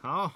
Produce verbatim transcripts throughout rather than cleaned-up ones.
好，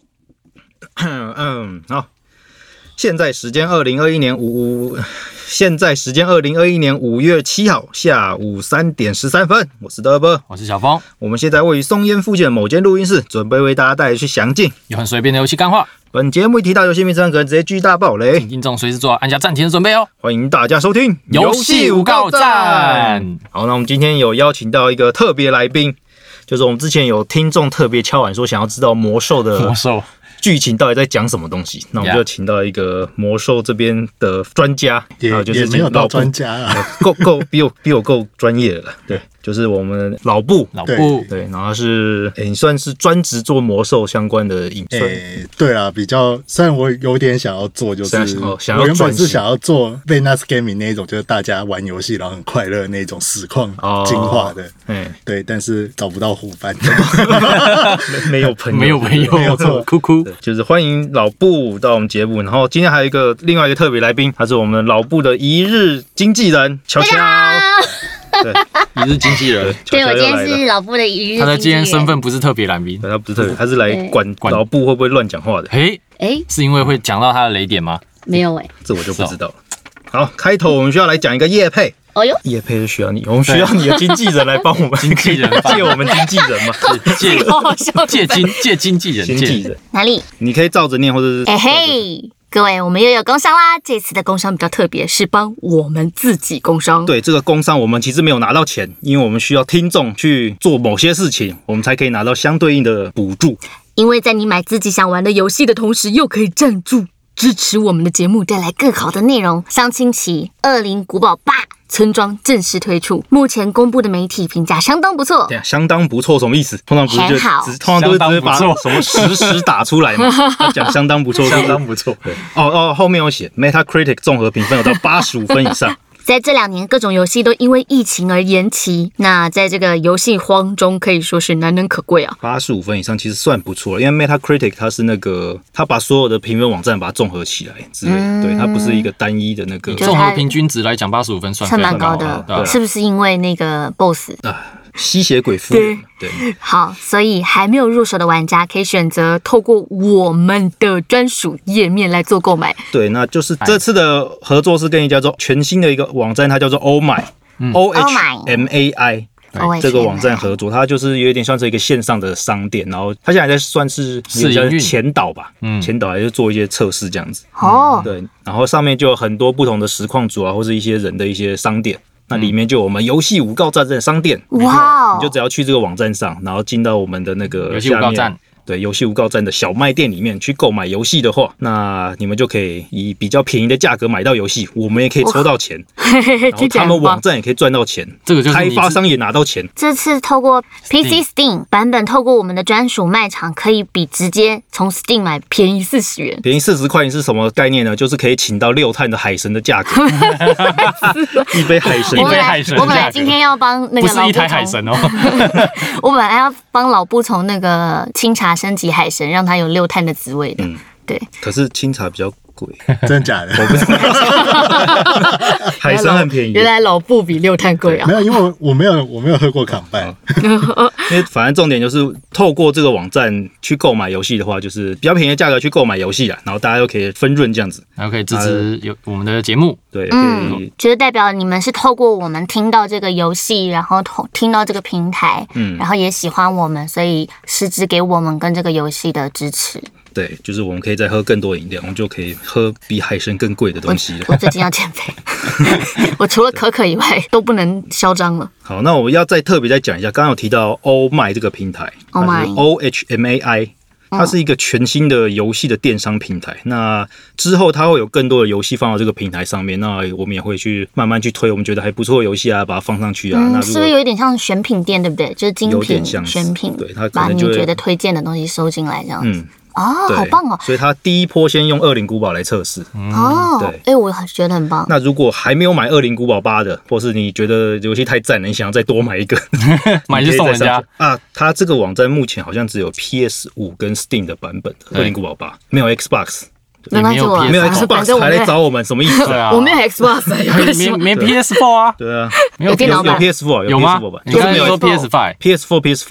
嗯，好，现在时间二零二一年五，现在时间二零二一年五月七号下午三点十三分，我是德伯， 我是小峰， 我们现在位于松烟附近的某间录音室，准备为大家带来去详尽有很随便的游戏干话。 本节目一提到游戏名称，可能直接巨大爆雷， 请听众随时做好按下暂停的准备哦。 欢迎大家收听游戏五告站。 好，那我们今天有邀请到一个特别来宾，就是我们之前有听众特别敲碗说想要知道魔兽的魔兽剧情到底在讲什么东西，那我们就请到一个魔兽这边的专家， 也就是也没有到专家啊， 够够比我比我够专业了，对，就是我们老布， 老布， 对，然后是诶、欸，你算是专职做魔兽相关的影片， 诶、欸，对啊，比较虽然我有点想要做，就是哦、想要我原本是想要做 Venus Gaming 那一种，就是大家玩游戏然后很快乐那种实况精化的，哎、哦，对，但是找不到伙伴， 没有朋友， 没有朋友， 没有错， 哭哭。 就是欢迎老布到我们节目，然后今天还有一个另外一个特别来宾，他是我们老布的一日经纪人乔乔。 对，你是经纪人。 对，我今天是老布的一日经纪人。 他的今天身份不是特别来宾， 他不是特别，他是来管老布会不会乱讲话的。 嘿，哎，是因为会讲到他的雷点吗？ 没有哎， 这我就不知道了。好，开头我们需要来讲一个业配。 哦哟， 业配是需要你，我们需要你的经纪人来帮我们， 经纪人借我们经纪人嘛？ 借借经借经纪人， 经纪人哪里？ 你可以照着念，或者是哎嘿。各位，我们又有工商啦！这次的工商比较特别，是帮我们自己工商。 对，这个工商我们其实没有拿到钱，因为我们需要听众去做某些事情，我们才可以拿到相对应的补助。 因为在你买自己想玩的游戏的同时，又可以赞助支持我们的节目，带来更好的内容。上星期《恶灵古堡八》村庄正式推出，目前公布的媒体评价相当不错。 对，相当不错什么意思？通常不是就只通常都是直接把什么实时打出来嘛？他讲相当不错， 相当不错。 对，哦哦，后面有写 Metacritic 综合评分有到八十五分以上。 在这两年，各种游戏都因为疫情而延期。那在这个游戏荒中，可以说是难能可贵啊。 八十五分以上其实算不错了，因为 Metacritic 它是那个，它把所有的评分网站把它综合起来之类的，嗯、对，它不是一个单一的那个。 综合平均值来讲，八十五分算算蛮高的， 对， 是不是因为那个 B O S S？ 啊吸血鬼夫人，对，对， 好，所以还没有入手的玩家可以选择透过我们的专属页面来做购买。 对，那就是这次的合作是跟一家做全新的一个网站，它叫做 Oh My，O H M A I。这个网站合作，它就是有点算是一个线上的商店，然后它现在在算是前导吧，嗯，前导还是做一些测试这样子。哦，对，然后上面就有很多不同的实况组啊，或是一些人的一些商店。那里面就有我们游戏五告站的商店，哇！你就只要去这个网站上，然后进到我们的那个游戏五告站， 对，游戏五告站的小卖店里面去购买游戏的话，那你们就可以以比较便宜的价格买到游戏，我们也可以抽到钱，然后他们网站也可以赚到钱， 这个就是开发商也拿到钱。 这次透过 P C Steam 版本，透过我们的专属卖场，可以比直接从 Steam 买便宜四十元， 便宜四十块是什么概念呢？就是可以请到六碳的海神的价格，一杯海神， 一杯海神。 我本来今天要帮那个老布， 不是一台海神哦， 我本来要帮老布从那个清茶升级海神，让它有六碳的滋味的。嗯，对。 可是清茶比较贵， 真的假的？ 我不知道。海神很便宜， 原来老布比六碳贵啊！ 没有，因为我我没有我没有喝过康拜。 因为反正重点就是透过这个网站去购买游戏的话，就是比较便宜的价格去购买游戏啦，然后大家又可以分润这样子， 然后可以支持有我们的节目。 对， 嗯，就是代表你们是透过我们听到这个游戏，然后听到这个平台，嗯，然后也喜欢我们，所以实质给我们跟这个游戏的支持。 对，就是我们可以再喝更多饮料，我们就可以喝比海参更贵的东西了。 我, 我最近要减肥，我除了可可以外都不能嚣张了。 好，那我们要再特别再讲一下，刚刚有提到 Oh My 这个平台 ，Oh My O H M A I， 它是一个全新的游戏的电商平台。嗯、那之后它会有更多的游戏放到这个平台上面，那我们也会去慢慢去推我们觉得还不错的游戏啊，把它放上去啊。嗯、那是不是有一点像选品店，对不对？就是精品选品， 对，它把你觉得推荐的东西收进来这样子。嗯哦，好棒哦！ 所以他第一波先用恶灵古堡来测试。 哦，对，哎、欸，我觉得很棒。 那如果还没有买恶灵古堡八的，或是你觉得游戏太赞了，你想要再多买一个， 买就送人家啊！他这个网站目前好像只有 P S 五 跟 Steam 的版本的恶灵古堡八，没有 Xbox。 没关系，我没有 Xbox 还来找我们，什么意思？ 对啊， 我没有 Xbox， 没没 P S 四 啊。 对啊， 没有有 P S 四，有 P S 四， 有吗？你刚才说 P S 五 P S 四 P S 五。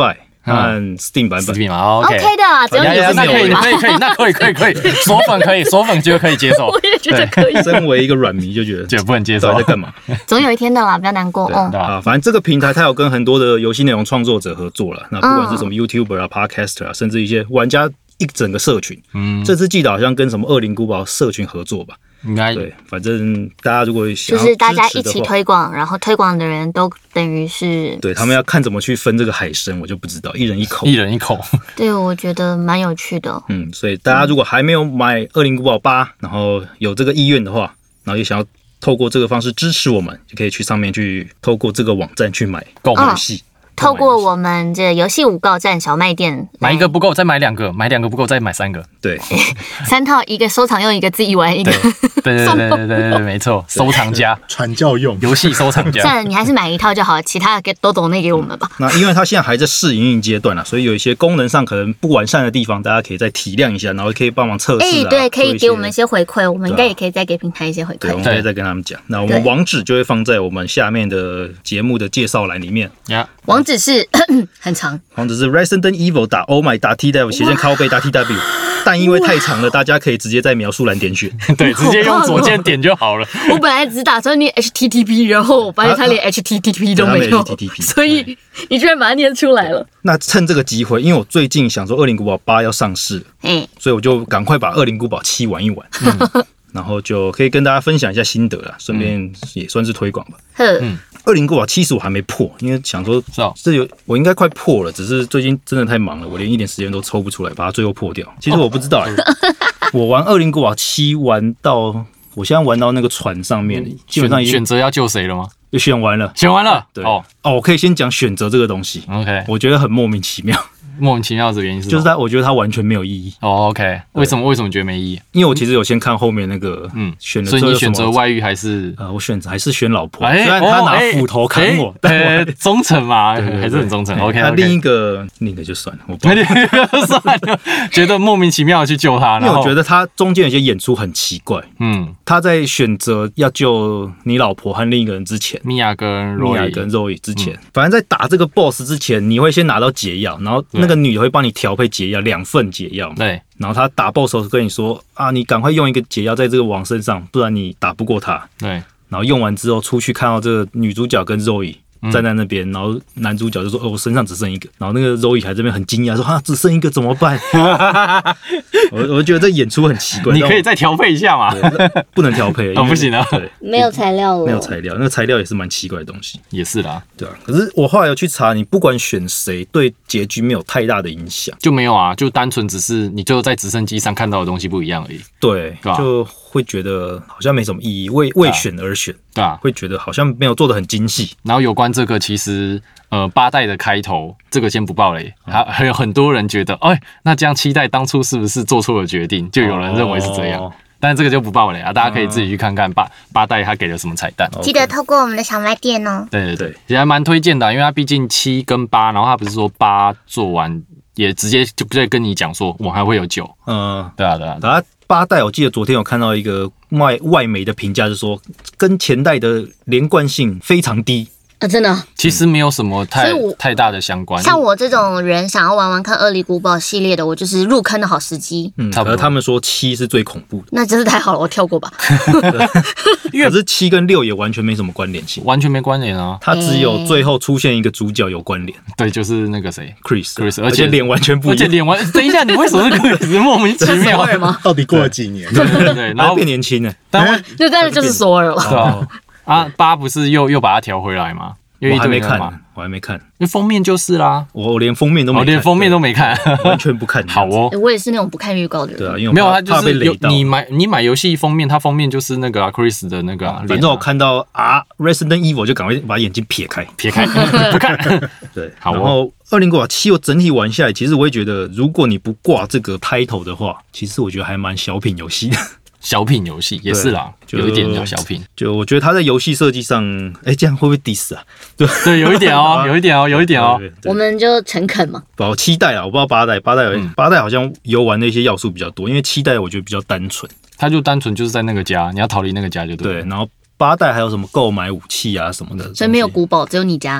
和 Steam 版本。 Steam 嘛 ，OK 的啊，只要你是那可以，可以，可以，那可以，可以，可以，锁粉可以，锁粉觉得可以接受。 我也觉得可以。 身为一个软迷，就觉得觉得不能接受， 在干嘛？ 总有一天的啦，不要难过哦。 啊，反正这个平台它有跟很多的游戏内容创作者合作了，那不管是什么 YouTuber 啊、Podcaster 啊，甚至一些玩家一整个社群。嗯，这次记得好像跟什么恶灵古堡社群合作吧。 应该对，反正大家如果想就是大家一起推广，然后推广的人都等于是对他们要看怎么去分这个海参，我就不知道，一人一口， 一人一口。 对，我觉得蛮有趣的。 嗯，所以大家如果还没有买《恶灵古堡八》，然后有这个意愿的话，然后也想要透过这个方式支持我们，就可以去上面去透过这个网站去买购买游戏。嗯透过我们这游戏五告站小卖店， 买一个不够再买两个，买两个不够再买三个， 对， 三套，一个收藏用，一个自己玩，一个对对对对对对，没错，收藏家传教用游戏收藏家。 算了，你还是买一套就好，其他的给都抖内给我们吧。 那因为它现在还在试营运阶段啊，所以有一些功能上可能不完善的地方，大家可以再体谅一下，然后可以帮忙测试啊。 哎，对，可以给我们一些回馈，我们应该也可以再给平台一些回馈。 对，我们可以再跟他们讲。那我们网址就会放在我们下面的节目的介绍栏里面。 呀， 网址是。很长， 网址是 Resident Evil 打 Oh My 打 T W 斜线靠背打 T W， 但因为太长了，大家可以直接在描述栏点选， 对，直接用左键点就好了。 我本来只打算念 H T T P， 然后我发现它连 H T T P 都没有，所以你居然把它念出来了。 那趁这个机会，因为我最近想说《恶灵古堡八》要上市，嗯，所以我就赶快把《恶灵古堡七》玩一玩。嗯然后就可以跟大家分享一下心得啦，顺便也算是推广吧。嗯，恶灵古堡七十我还没破，因为想说这有我应该快破了，只是最近真的太忙了，我连一点时间都抽不出来，把它最后破掉。其实我不知道、欸，我玩恶灵古堡七玩到我现在玩到那个船上面，基本上已经选择要救谁了吗？ 就选完了， 选完了。 对哦哦，我可以先讲选择这个东西。 OK， 我觉得很莫名其妙。 莫名其妙的原因是， 就是他，我觉得他完全没有意义。 哦 ，OK， 为什么？为什么觉得没意义？ 因为我其实有先看后面那个，嗯，选的， 所以你选择外遇还是？ 呃，我选择还是选老婆，虽然他拿斧头砍我，但我忠诚嘛，还是很忠诚。OK， 那另一个，另一个就算了，我不算了，觉得莫名其妙的去救他， 因为我觉得他中间有些演出很奇怪。嗯，他在选择要救你老婆和另一个人之前， 米娅跟米娅跟 Zoe 之前，反正在打这个 boss 之前，你会先拿到解药，然后那个女的会帮你调配解药，两份解药。 对， 然后他打 boss 的时候跟你说啊，你赶快用一个解药在这个网身上，不然你打不过他。 对， 然后用完之后出去看到这个女主角跟 Zoe 站在那边，然后男主角就说：“哦，我身上只剩一个。”然后那个 Zoe 还这边很惊讶说：“哈，只剩一个怎么办？”我我觉得这演出很奇怪。 你可以再调配一下嘛？ 不能调配， 哦，不行啊， 对， 没有材料了， 没有材料，那个材料也是蛮奇怪的东西。 也是啦， 对啊。可是我后来有去查，你不管选谁，对结局没有太大的影响， 就没有啊，就单纯只是你最后在直升机上看到的东西不一样而已。 对，就会觉得好像没什么意义，为为选而选， 对啊， 会觉得好像没有做得很精细。 然后有关这个，其实呃八代的开头，这个先不爆雷，还还有很多人觉得，哎，那这样七代当初是不是做错了决定？就有人认为是这样。哦，但这个就不爆雷啊，大家可以自己去看看八八代他给了什么彩蛋。 记得透过我们的小卖店哦。 对对对，其实还蛮推荐的，因为他毕竟七跟八，然后他不是说八做完也直接就在跟你讲说，我还会有九。嗯，对啊对啊。 他八代我记得昨天有看到一个外外媒的评价，是说跟前代的连贯性非常低。 啊，真的， 其实没有什么太太大的相关。 像我这种人想要玩玩看《恶灵古堡》系列的，我就是入坑的好时机。 嗯，差不多。他们说七是最恐怖的， 那真是太好了，我跳过吧。 可是七跟六也完全没什么关联性， 完全没关联啊。 它只有最后出现一个主角有关联， 对，就是那个谁 ，Chris，Chris， 而且脸完全不一样， 而且脸完，等一下，你为什么是 Chris？ 莫名其妙吗？ 到底过了几年？ 对对对， 然后变年轻了， 但就真的就是索尔了。 对啊，啊，八不是又又把它调回来吗？ 我还没看，我还没看， 因为封面就是啦， 我我连封面都没看， 我连封面都没看， 完全不看。 好哦， 我也是那种不看预告的人。 对啊，因为没有他就是有你买你买游戏封面，它封面就是那个 Chris 的那个， 反正我看到啊 Resident Evil 就赶快把眼睛撇开， 撇开不看。 对，然后恶灵古堡七我整体玩下来，其实我也觉得，如果你不挂这个 title 的话，其实我觉得还蛮小品游戏的。 小品游戏也是啦，有一点叫小品。 就我觉得他在游戏设计上，哎、欸，这样会不会 diss 啊？对对，有一点哦，有一点哦，有一点哦。 我们就诚恳嘛。 保七代啊，我不知道八代，八代、嗯、八代好像游玩的一些要素比较多，因为七代我觉得比较单纯。 它就单纯就是在那个家，你要逃离那个家就对。 对，然后八代还有什么购买武器啊什么的， 所以没有古堡，只有你家。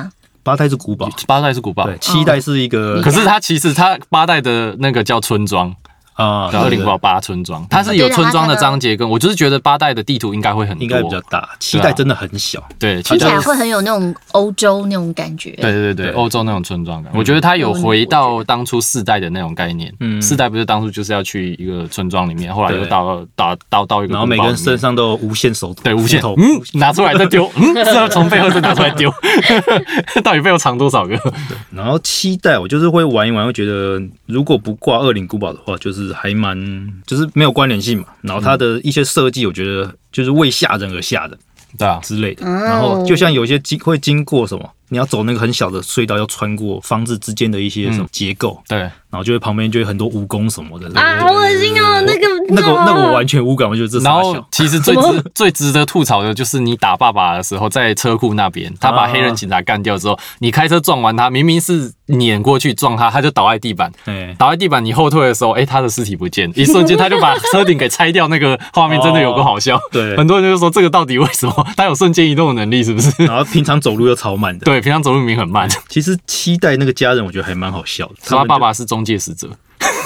八代是古堡， 八代是古堡， 对，七代是一个， 可是它其实它八代的那个叫村庄。啊，二零古堡八村庄，它是有村庄的章节跟，我就是觉得八代的地图应该会很多， 应该比较大，七代真的很小， 对， 听起来会很有那种欧洲那种感觉， 对对对，欧洲那种村庄感，我觉得它有回到当初四代的那种概念，嗯，四代不是当初就是要去一个村庄里面，后来又到到到到一个， 然后每个人身上都有无限手， 对，无限，嗯，拿出来再丢，嗯，是要从背后再拿出来丢，到底背后藏多少个？ 然后七代我就是会玩一玩，会觉得如果不挂恶灵古堡的话，就是还蛮。就是没有关联性嘛，然后它的一些设计，我觉得就是为吓人而吓人， 对啊之类的。然后就像有些经会经过什么，你要走那个很小的隧道，要穿过房子之间的一些什么结构， 对， 然后就会旁边就会很多蜈蚣什么的啊，好恶心哦，那个那个那个我完全无感，我觉得这然后其实最值最值得吐槽的就是你打爸爸的时候，在车库那边，他把黑人警察干掉之后，你开车撞完他，明明是碾过去撞他，他就倒在地板，倒在地板，你后退的时候，哎，他的尸体不见，一瞬间他就把车顶给拆掉，那个画面真的有够好笑。 对， 很多人就说这个到底为什么？他有瞬间移动的能力是不是？ 然后平常走路又超慢的， 对，平常走路明明很慢。 其实七代那个家人，我觉得还蛮好笑的， 他爸爸是中介使者。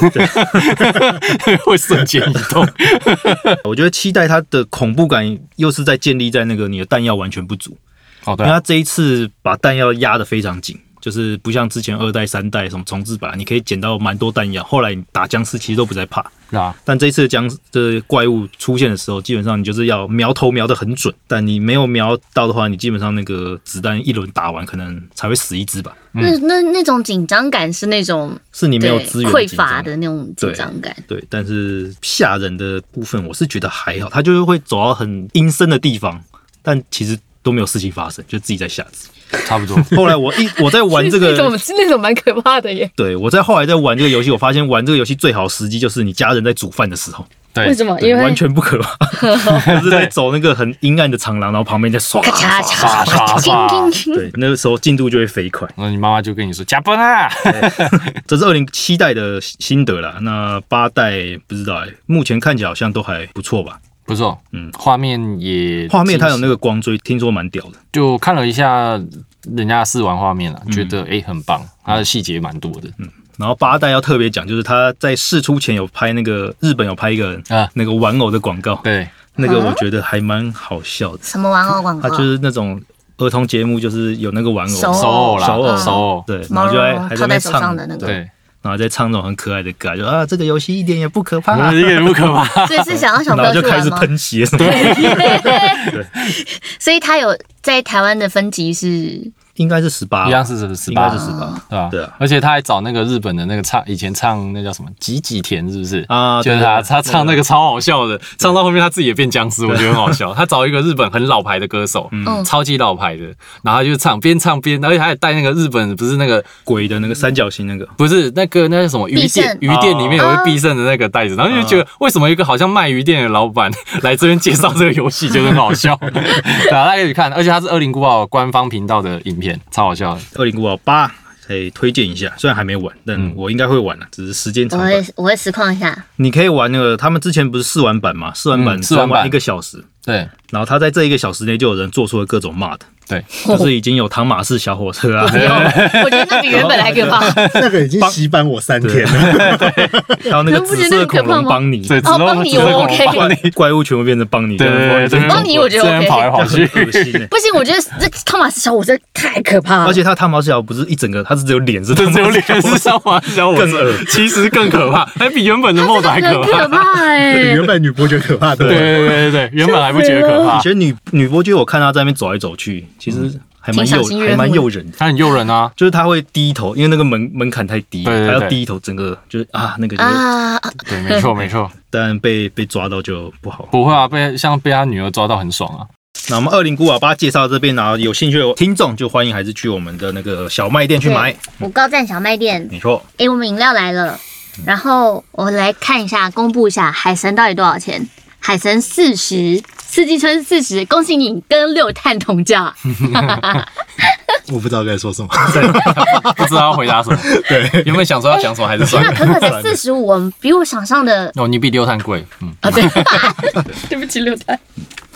会瞬间移动。 我觉得七代它的恐怖感又是在建立在那个你的弹药完全不足， 哦，对、啊， 因为它这一次把弹药压得非常紧，就是不像之前二代、三代什么重置版，你可以捡到蛮多弹药，后来你打僵尸其实都不再怕。 啊， 但这一次的僵的怪物出现的时候，基本上你就是要瞄头瞄得很准，但你没有瞄到的话，你基本上那个子弹一轮打完，可能才会死一只吧。 嗯、那那那种紧张感是那种是你没有资源匮乏的那种紧张感。 对，对，但是吓人的部分我是觉得还好，他就是会走到很阴森的地方，但其实都没有事情发生，就自己在吓自己。 差不多。 后来我一我在玩这个， 那种那种蛮可怕的耶。 对，我在后来在玩这个游戏，我发现玩这个游戏最好的时机就是你家人在煮饭的时候。 对， 为什么？因为完全不可怕，就是在走那个很阴暗的长廊，然后旁边在刷刷刷刷刷。 对，那个时候进度就会飞快。 那你妈妈就跟你说加班啊。 这是二零七代的心得啦。那八代不知道哎、欸，目前看起来好像都还不错吧。 不错，嗯，画面也画面它有那个光追，听说蛮屌的。 就看了一下人家试玩画面了，觉得哎、欸、很棒，它的细节蛮多的。 嗯，然后八代要特别讲，就是他在释出前有拍那个日本有拍一个啊那个玩偶的广告， 对， 那个我觉得还蛮好笑的。 什么玩偶广告？ 它就是那种儿童节目，就是有那个玩偶手偶啦， 手偶手偶， 对，然后就还还在那唱的那个， 对。然后再唱那种很可爱的歌，就啊，这个游戏一点也不可怕， 一点也不可怕， 所以是想要小朋友去玩吗？ 然后就开始喷血什么的。 对，所以他有在台湾的分级是。 应该是十八， 一样是十八， 应该是十八， 对吧？ 对啊， 而且他还找那个日本的那个唱，以前唱那叫什么吉吉田，是不是啊？ 就是他，他唱那个超好笑的，唱到后面他自己也变僵尸，我觉得很好笑。他找一个日本很老牌的歌手，嗯，超级老牌的，然后他就唱，边唱边，而且还戴那个日本不是那个鬼的那个三角形那个， 不是那个那是什么鱼店，鱼店里面有个必胜的那个袋子，然后就觉得为什么一个好像卖鱼店的老板来这边介绍这个游戏，就很好笑。对啊，大家可以看，而且它是《恶灵古堡》官方频道的影片，超好笑的。 恶灵古堡八可以推荐一下，虽然还没玩，但我应该会玩了，只是时间长。 我会我会实况一下。 你可以玩那个，他们之前不是试玩版嘛？试玩版试玩一个小时， 对。 然后他在这一个小时内就有人做出了各种 mod， 对， 就是已经有唐马式小火车啊。 我觉得那比原本还可怕。 那个已经洗版我三天了。 还有那个紫色恐龙邦尼， 对， 哦，邦尼我 OK， 怪物全部变成邦尼， 对对对， 邦尼我觉得 OK， 跑来跑去， 不行，我觉得这汤马斯小火车太可怕了。 而且他汤马斯小不是一整个，他是只有脸是， 只有脸是汤马斯小火车，其实更可怕，还比原本的 mod 还可怕。 可怕哎， 原本女伯爵可怕，对对对对对，原本还不觉得可怕。 其实女女伯爵，我看她在那边走来走去，其实还蛮诱，还蛮诱人的。 她很诱人啊， 就是她会低头，因为那个门门槛太低， 对， 她要低头，整个就是啊那个啊， 对，没错没错。 但被被抓到就不好。 不会啊，被像被他女儿抓到很爽啊。 那我们恶灵古堡八介绍到这边，然后有兴趣的听众就欢迎还是去我们的那个小卖店去买。 五高站小卖店， 没错。 哎，我们饮料来了，然后我来看一下，公布一下海神到底多少钱。海神四十，四季春四十，恭喜你跟六碳同价。 我不知道该说什么， 不知道要回答什么。对，原本想说要讲什么，还是算了。 可可才四十五，比我想象的哦，你比六碳贵。嗯啊，对，对不起六碳。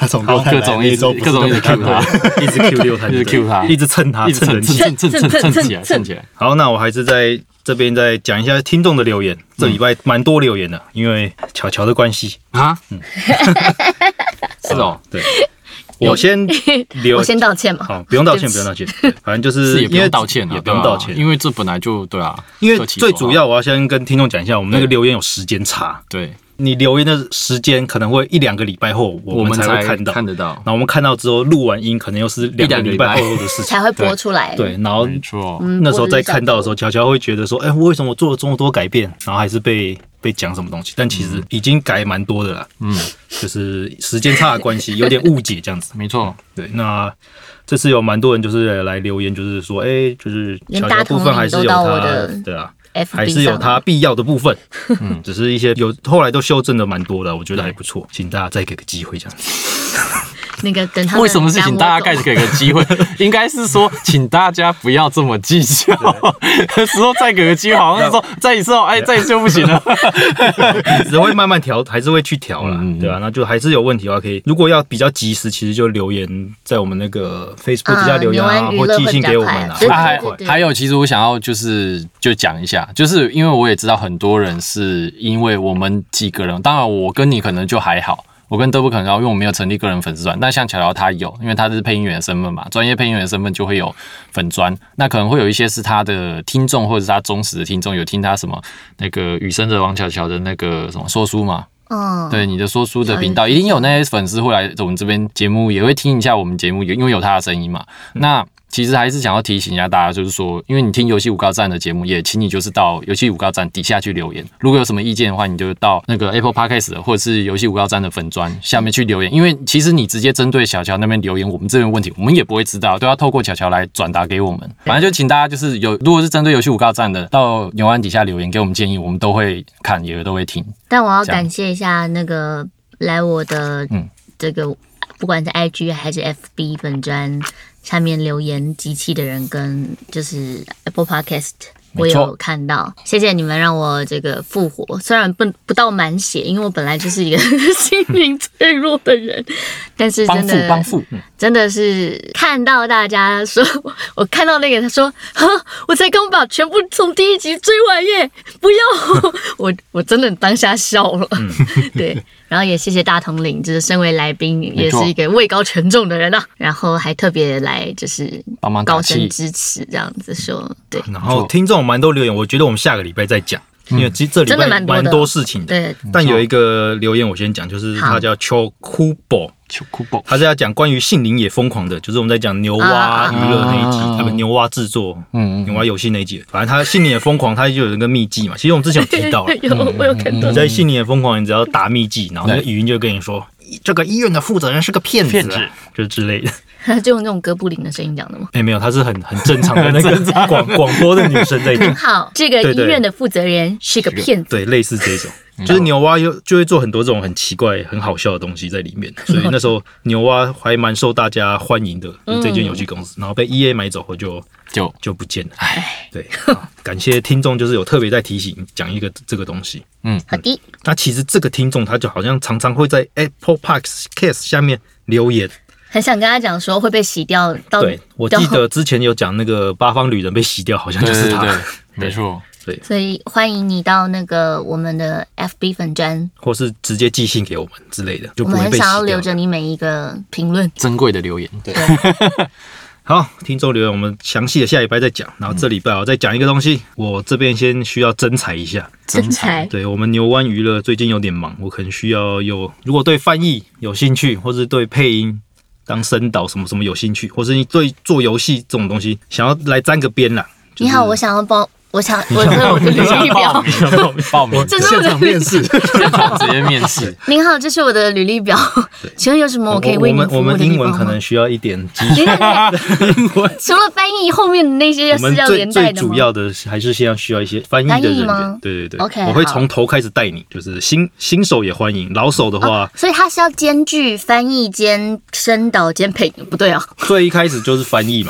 他从各种一直各种一直 Q 他， 一直 Q 六他， 一直 Q 他， 一直蹭他， 一直蹭蹭蹭蹭蹭起来，蹭起来。 好，那我还是在这边再讲一下听众的留言。这礼拜蛮多留言的，因为巧巧的关系啊。嗯，是哦， 对。我先留， 我先道歉嘛。 好，不用道歉，不用道歉。反正就是也不用道歉， 也不用道歉， 因为这本来就对啊。 因为最主要，我要先跟听众讲一下，我们那个留言有时间差。 对， 你留言的时间可能会一两个礼拜后，我们才会看到， 看得到。 然后我们看到之后，录完音可能又是两个礼拜后的事情， 才会播出来。 对，然后那时候再看到的时候，乔乔会觉得说：“哎，我为什么我做了这么多改变，然后还是被。”被讲什么东西，但其实已经改蛮多的了。嗯，就是时间差的关系，有点误解这样子。 没错， 对。那这次有蛮多人就是来留言，就是说，哎、欸，就是小小部分还是有他，对啊，还是有他必要的部分。嗯，只是一些有后来都修正的蛮多的，我觉得还不错，请大家再给个机会这样子。 那个等他为什么是请大家开始给个机会？应该是说，请大家不要这么计较。时候再给个机会，好像是说再一次哦，哎，再一次就不行了。 只会慢慢调，还是会去调啦，对啊，那就还是有问题的话，可以如果要比较及时，其实就留言在我们那个 Facebook 底下留言啊，或寄信给我们啊。 还还有，其实我想要就是就讲一下，就是因为我也知道很多人是因为我们几个人，当然我跟你可能就还好。我跟都不可能，因为我没有成立个人粉丝专，但像乔乔他有，因为他是配音员的身份嘛，专业配音员的身份就会有粉专，那可能会有一些是他的听众或者是他忠实的听众，有听他什么那个雨生的王乔乔的那个什么说书嘛，嗯，对，你的说书的频道一定有那些粉丝会来我们这边节目，也会听一下我们节目，因为有他的声音嘛，那。其实还是想要提醒一下大家，就是说，因为你听游戏五高站的节目，也请你就是到游戏五高站底下去留言。如果有什么意见的话，你就到那个 Apple Podcast 或者是游戏五高站的粉专下面去留言。因为其实你直接针对小乔那边留言，我们这边问题我们也不会知道，都要透过小乔来转达给我们。反正就请大家就是有，如果是针对游戏五高站的，到牛湾底下留言给我们建议，我们都会看，也都会听。 但我要感谢一下那个来我的这个，嗯、不管是 I G 还是 F B 粉专。下面留言机器的人跟就是 Apple Podcast 我有看到，谢谢你们让我这个复活，虽然不不到满血，因为我本来就是一个心灵脆弱的人，但是真的帮扶， 真的是看到大家说，我看到那个他说，哈，我才刚把全部从第一集追完耶，不要，我我真的当下笑了，嗯、对，然后也谢谢大统领，就是身为来宾也是一个位高权重的人啊，然后还特别来就是帮忙高声支持这样子说，对， 然后听众蛮多留言，我觉得我们下个礼拜再讲，因为这礼拜蛮多事情的。 对， 但有一个留言我先讲，就是他叫 Chokubo， Chokubo， 他是要讲关于杏林也疯狂的，就是我们在讲牛蛙娱乐那一集，他们牛蛙制作，嗯，牛蛙游戏那一集。反正他杏林也疯狂，他就有一个秘技嘛。其实我们之前有提到了， 有我有看到。 你在杏林也疯狂，你只要打秘技，然后那个语音就跟你说，这个医院的负责人是个骗子，就是之类的。 他就用那种哥布林的声音讲的吗？ 哎、欸，没有，他是很很正常的那个广广播的女生在讲。 很好，这个医院的负责人是个骗子。 对，类似这种，就是牛蛙就就会做很多这种很奇怪、很好笑的东西在里面，所以那时候牛蛙还蛮受大家欢迎的，就是、这间游戏公司，然后被 E A 买走后就就就不见了。哎，对，感谢听众，就是有特别在提醒讲一个这个东西。 嗯，好的。 那其实这个听众他就好像常常会在 Apple Podcast 下面留言。 很想跟他讲说会被洗掉。 对，我记得之前有讲那个八方旅人被洗掉，好像就是他。 对对对，没错。 对， 所以欢迎你到那个我们的 F B 粉专， 或是直接寄信给我们之类的，就不会被洗掉。我们很想要留着你每一个评论， 珍贵的留言。 对。好，听众留言我们详细的下礼拜再讲，然后这礼拜我再讲一个东西，我这边先需要征才一下。 征才， 对我们牛湾娱乐最近有点忙，我可能需要有，如果对翻译有兴趣，或是对配音。当声导什么什么有兴趣，或是你对做游戏这种东西想要来沾个边啦、就是。 你好，我想要报，我想我这我的履历表， 报名， 这是我的现场面试， 直接面试。 您好，这是我的履历表，请问有什么我可以为您服务的地方吗？ 我们英文可能需要一点基础。 英文除了翻译后面的那些是要连带的吗？ 最主要的还是先要需要一些翻译的人员。对对对 ，OK， 我会从头开始带你，就是新新手也欢迎，老手的话， 哦、所以他是要兼具翻译兼声导兼配音，不对啊？ 最一开始就是翻译嘛。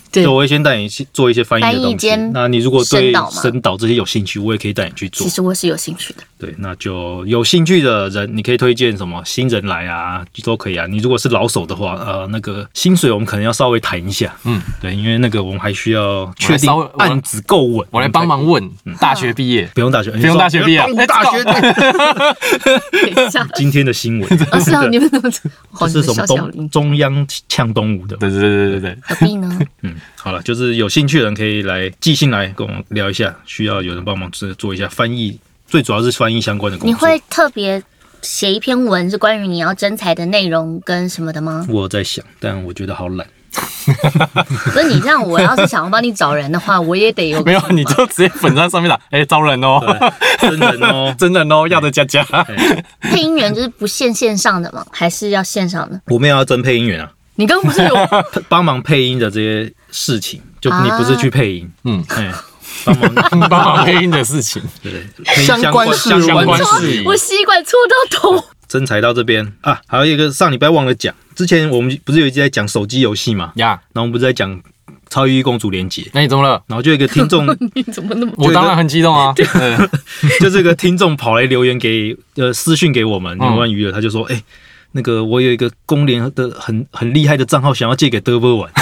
对， 我会先带你去做一些翻译的东西。那你如果对声导这些有兴趣，我也可以带你去做。 其实我是有兴趣的。 对，那就有兴趣的人，你可以推荐什么新人来啊，都可以啊。你如果是老手的话，呃，那个薪水我们可能要稍微谈一下。嗯，对，因为那个我们还需要确定案子够稳。 我来帮忙问，大学毕业不用大学， 不用大学毕业， 大学。今天的新闻啊，是啊，你们怎么？ 这是什么东中央呛东吴的？ 对对对对对， 何必呢？ 嗯，好了，就是有兴趣的人可以来寄信来跟我们聊一下，需要有人帮忙做一下翻译，最主要是翻译相关的工作。 你会特别写一篇文是关于你要征才的内容跟什么的吗？ 我在想，但我觉得好懒。 不是你这样，我要是想要帮你找人的话，我也得有。 没有，你就直接粉在上面打，哎、欸，招人哦， 真人哦， 真人哦，要的加加。 配音员就是不限线上的吗？还是要线上的？ 我们也要征配音员啊。 你刚刚不是有帮忙配音的这些事情，就你不是去配音，嗯，哎， 帮忙帮忙配音的事情， 对， 相关事务， 相关事宜， 我吸管戳到头。 征才到这边啊，还有一个上礼拜忘了讲，之前我们不是有一集在讲手机游戏嘛，呀，然后我们不是在讲超越公主连结， 那你怎么了？ 然后就有一个听众， 你怎么那么？ 我当然很激动啊， 就这个听众跑来留言给呃私讯给我们牛万娱乐，他就说，哎、欸。那个我有一个公联的很很厉害的账号，想要借给德波玩，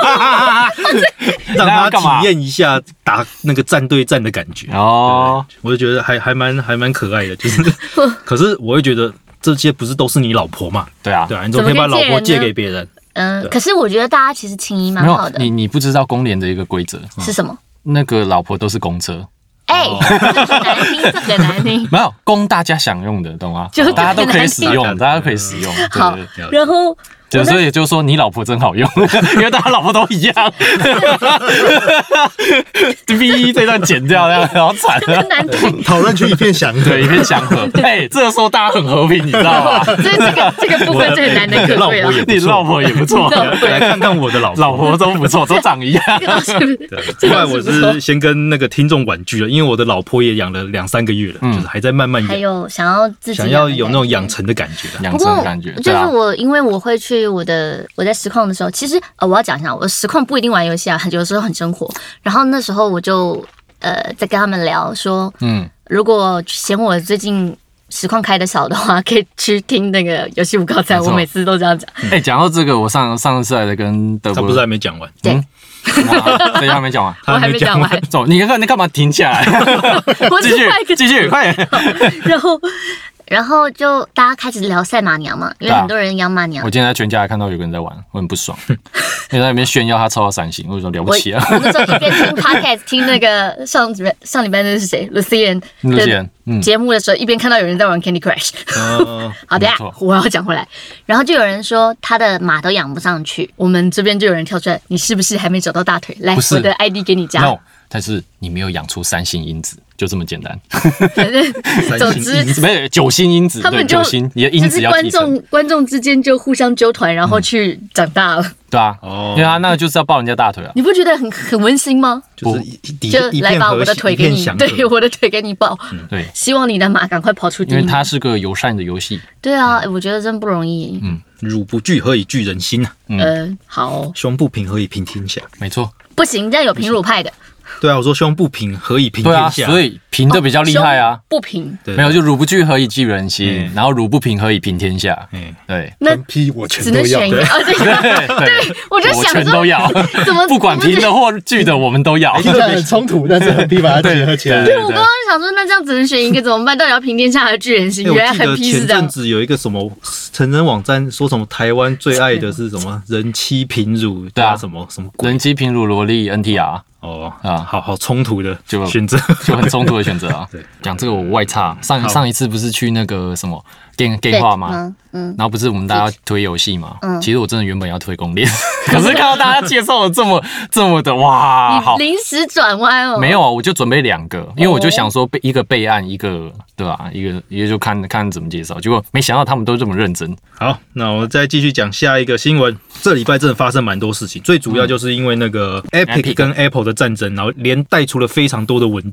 让他体验一下打那个战对战的感觉。哦，我就觉得还还蛮还蛮可爱的，就是，可是我会觉得这些不是都是你老婆嘛？ 对啊， 对啊，你怎么可以把老婆借给别人？ 嗯，可是我觉得大家其实情谊蛮好的。 你你不知道公联的一个规则是什么？ 那个老婆都是公车。 哎、欸，这个难听，这个难听。 没有供大家享用的，懂吗？就是大家都可以使用，大家都可以使用。 好，然后。 就所以也就是说，你老婆真好用，因为大家老婆都一样。V 这段剪掉，这样好惨啊！ 讨论区一片祥和， 对，一片祥和。哎，这个时候大家很和平，你知道吗？ 所以这个这个部分就很难能可贵了。 你老婆也不错， 来看看我的老婆， 老婆都不错，都长一样。 对，后来我是先跟那个听众婉拒了，因为我的老婆也养了两三个月了，就是还在慢慢养， 还有想要自己想要有那种养成的感觉， 养成的感觉。 就是我，因为我会去。我的我在实况的时候，其实呃我要讲一下，我实况不一定玩游戏啊，有的时候很生活。然后那时候我就呃在跟他们聊说，嗯，如果嫌我最近实况开的少的话，可以去听那个游戏五高赞，我每次都这样讲。 哎、欸，讲到这个，我上上次还在跟德国， 他不是还没讲完？ 对。 嗯谁还没讲完？ 我还没讲完。 走，你看你干嘛停下来？继续，继续，快点。 然后。然后就大家开始聊赛马娘嘛，因为很多人养马娘。 我今天在全家还看到有个人在玩，我很不爽，因为在那边炫耀他抽到三星，我就说了不起啊！ 我那时候一边听 podcast 听那个上上礼拜那是谁 Lucian 的节目的时候，一边看到有人在玩 Candy Crush。哦，好的呀，我要讲回来。然后就有人说他的马都养不上去，我们这边就有人跳出来，你是不是还没找到大腿？来，我的 I D 给你加。 No， 但是你没有养出三星因子。就这么简单， 总之没有九星因子，对九星，你的因子要提升。 观众观众之间就互相揪团，然后去长大了。 对啊，因为他那个就是要抱人家大腿啊。 你不觉得很很温馨吗？ 就是就来把我的腿给你，对，我的腿给你抱。 对， 希望你的马赶快跑出第一名。 因为它是个友善的游戏。 对啊，我觉得真不容易。 嗯，辱不惧何以惧人心啊？ 呃，好， 胸不平何以平天下？ 没错。 不行，这样有平辱派的。 对啊，我说胸不平何以平天下？ 对啊，所以平的比较厉害啊。 不平， 没有就辱不惧何以惧人心，然后辱不平何以平天下。嗯，对。 那批我全都要。 只能选一个啊，对对，我就想我全都要， 怎么不管平的或惧的，我们都要。 听起来很冲突，但是横批把它结合起来。 对，我刚刚想说，那这样只能选一个怎么办？到底要平天下还是惧人心？原来横批是这样。 前阵子有一个什么成人网站说什么台湾最爱的是什么人妻平乳，对啊，什么什么人妻平乳萝莉 N T R。 哦啊，好好冲突的就选择， 就很冲突的选择啊。对，讲这个我外插，上上一次不是去那个什么电电话吗？嗯，然后不是我们大家推游戏嘛？嗯，其实我真的原本要推攻略，可是看到大家介绍的这么这么的哇，好临时转弯哦。 没有啊，我就准备两个，因为我就想说备一个备案，一个对吧？一个一个就看看怎么介绍，结果没想到他们都这么认真。 好，那我再继续讲下一个新闻。这礼拜真的发生蛮多事情，最主要就是因为那个 Epic 跟 Apple 的战争，然后连带出了非常多的文件。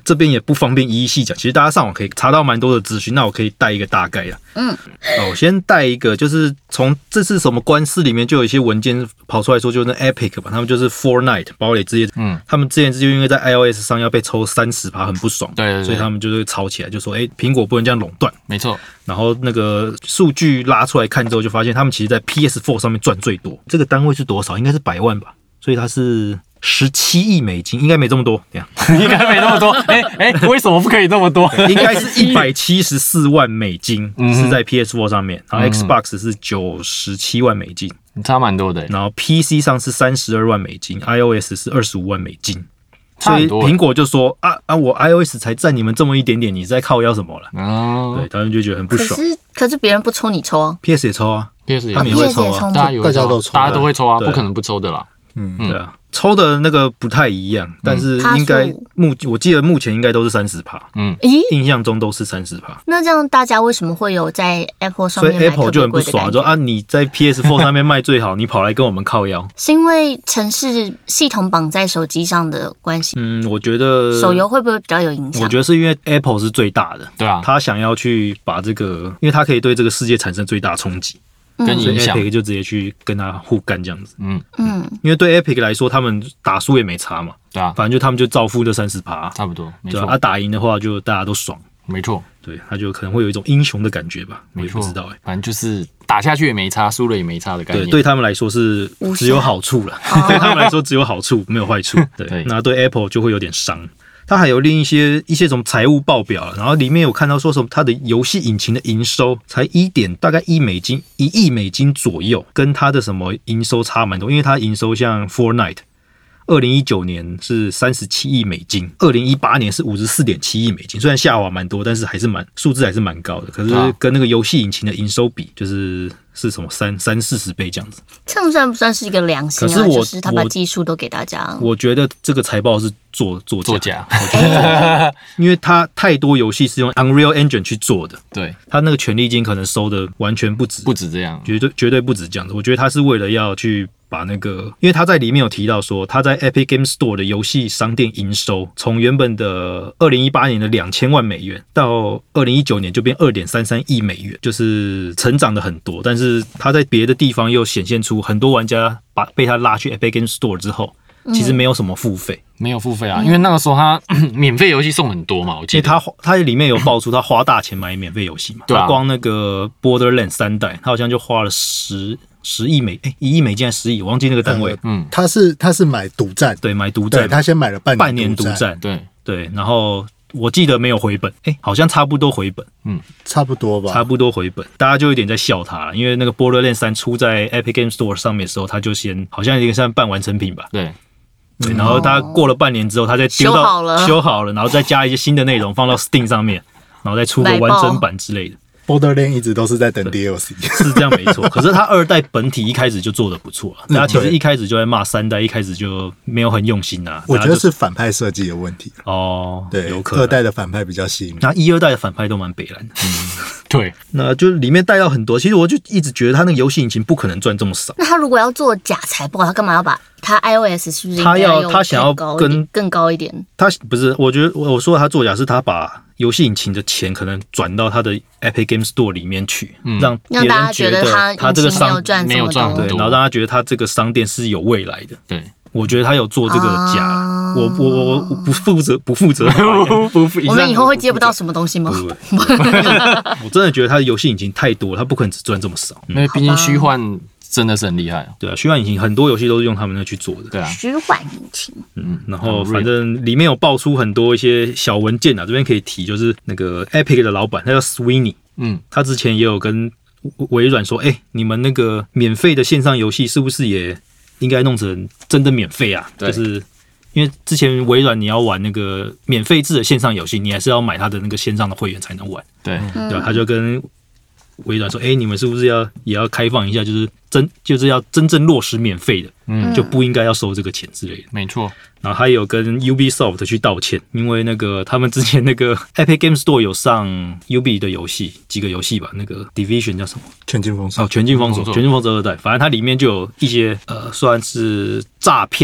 这边也不方便一一细讲，其实大家上网可以查到蛮多的资讯，那我可以带一个大概啦。嗯，哦，我先带一个，就是从这次什么官司里面就有一些文件跑出来说，就是那 Epic 吧，他们就是 Fortnite 堡垒之夜，嗯，他们之前就因为在 iOS 上要被抽 百分之三十， 很不爽， 对对对， 所以他们就是吵起来，就说，哎、欸，苹果不能这样垄断， 没错。 然后那个数据拉出来看之后，就发现他们其实在 P S 四 上面赚最多，这个单位是多少？应该是百万吧，所以它是十七亿美金，应该没这么多， 应该没那么多。哎哎、欸欸，为什么不可以这么多？ 应该是一百七十四万美金是在 P S 四 上面，然后 Xbox 是九十七万美金， 差蛮多的。 然后 P C 上是三十二万美金 ，iOS 是二十五万美金。所以苹果就说啊啊，我 iOS 才占你们这么一点点，你在靠腰什么了？哦，对，他们就觉得很不爽。 可是可是别人不抽你抽啊 ，P S 也抽啊 ，P S 他们也会抽啊， 大家有大家都抽， 大家都会抽啊，不可能不抽的啦。 嗯，对啊，抽的那个不太一样，但是应该目我记得目前应该都是三十趴，嗯，印象中都是三十趴。 那这样大家为什么会有在 Apple 上面买特别贵的感觉？所以 Apple 就很不爽，说啊你在 P S 四 上面卖最好，你跑来跟我们靠腰， 是因为程式系统绑在手机上的关系？ 嗯，我觉得手游会不会比较有影响？ 我觉得是因为 Apple 是最大的， 对啊， 他想要去把这个，因为他可以对这个世界产生最大冲击。 跟影响， 所以 Epic 就直接去跟他互干这样子。嗯嗯，因为对 Epic 来说，他们打输也没差嘛。 对啊， 反正就他们就照付这三十趴， 差不多，没错。 对啊，他打赢的话，就大家都爽。 没错， 对，他就可能会有一种英雄的感觉吧。 没错， 不知道哎、欸， 反正就是打下去也没差，输了也没差的概念。 对，对他们来说是只有好处了。对他们来说只有好处，没有坏处。对，对那对 Apple 就会有点伤。它还有另一些一些什么财务报表，然后里面有看到说什么它的游戏引擎的营收才一点大概一美金一亿美金左右，跟它的什么营收差蛮多，因为它营收像 Fortnite， 二零一九年是三十七亿美金，二零一八年是五十四点七亿美金，虽然下滑蛮多，但是还是蛮数字还是蛮高的。可是跟那个游戏引擎的营收比，就是是什么三三四十倍这样子。 这样算不算是一个良心啊？可是我就是他把技术都给大家。 我觉得这个财报是做做作假， 因为它太多游戏是用 Unreal Engine 去做的， 对， 它那个权利金可能收的完全不止， 不止这样， 绝对绝对不止这样子。我觉得他是为了要去把那个，因为他在里面有提到说，他在 Epic Game Store 的游戏商店营收，从原本的二零一八年的两千万美元，到二零一九年就变二点三三亿美元，就是成长的很多。但是他在别的地方又显现出很多玩家把被他拉去 Epic Game Store 之后，其实没有什么付费。 没有付费啊，因为那个时候他免费游戏送很多嘛，我记得。 他他里面有爆出他花大钱买免费游戏嘛， 对啊， 他光那个 Borderlands 三代，他好像就花了十十亿美，哎，一亿美金还是十亿，我忘记那个单位。 嗯，他是他是买独占， 对，买独占， 他先买了半半年独占， 对对，然后我记得没有回本，哎，好像差不多回本， 嗯，差不多吧， 差不多回本，大家就有点在笑他了，因为那个 Borderlands 三出在 Epic Game Store 上面的时候，他就先好像有点像半完成品吧， 对。 对，然后他过了半年之后，他再丢到修好了， 修好了，然后再加一些新的内容放到 Steam 上面，然后再出个完整版之类的。 Borderlands 一直都是在等 D L C， 是这样没错。可是他二代本体一开始就做得不错了，大家其实一开始就在骂三代，一开始就没有很用心啊。 我觉得是反派设计的问题哦， 对， 有可能二代的反派比较吸引。 那一二代的反派都蛮北蓝的， 嗯，对， 那就里面带到很多。其实我就一直觉得他那个游戏引擎不可能赚这么少。 那他如果要做假财报，他干嘛要把他 iOS 是不是他要他想要跟更高一点？ 他不是，我觉得我说的他作假是他把游戏引擎的钱可能转到他的 Epic Game Store 里面去，嗯、让别人觉得他他这个商没有赚对，然后让他觉得他这个商店是有未来的。 对， 我觉得他有做这个假，啊、我我我我不负责不负责， 不负。 我们以后会接不到什么东西吗？ 不不我真的觉得他的游戏引擎太多了，他不可能只赚这么少， 因为毕竟虚幻。真的是很厉害、啊， 对啊，虚幻引擎很多游戏都是用他们那去做的， 对啊， 虚幻引擎， 嗯，然后反正里面有爆出很多一些小文件啊，这边可以提，就是那个 Epic 的老板，他叫 Sweeney， 嗯，他之前也有跟微软说，哎、欸，你们那个免费的线上游戏是不是也应该弄成真的免费啊？就是因为之前微软你要玩那个免费制的线上游戏，你还是要买他的那个线上的会员才能玩， 对， 对吧？他就跟微软说，哎、欸，你们是不是要也要开放一下，就是真就是要真正落实免费的，嗯，就不应该要收这个钱之类的。 没错。 然后他有跟 Ubisoft 去道歉，因为那个他们之前那个 Epic Game Store 有上 Ubi 的游戏几个游戏吧，那个 Division 叫什么？ 全境封锁。 哦，全境封锁，全境封锁二代，反正它里面就有一些呃算是诈骗吧。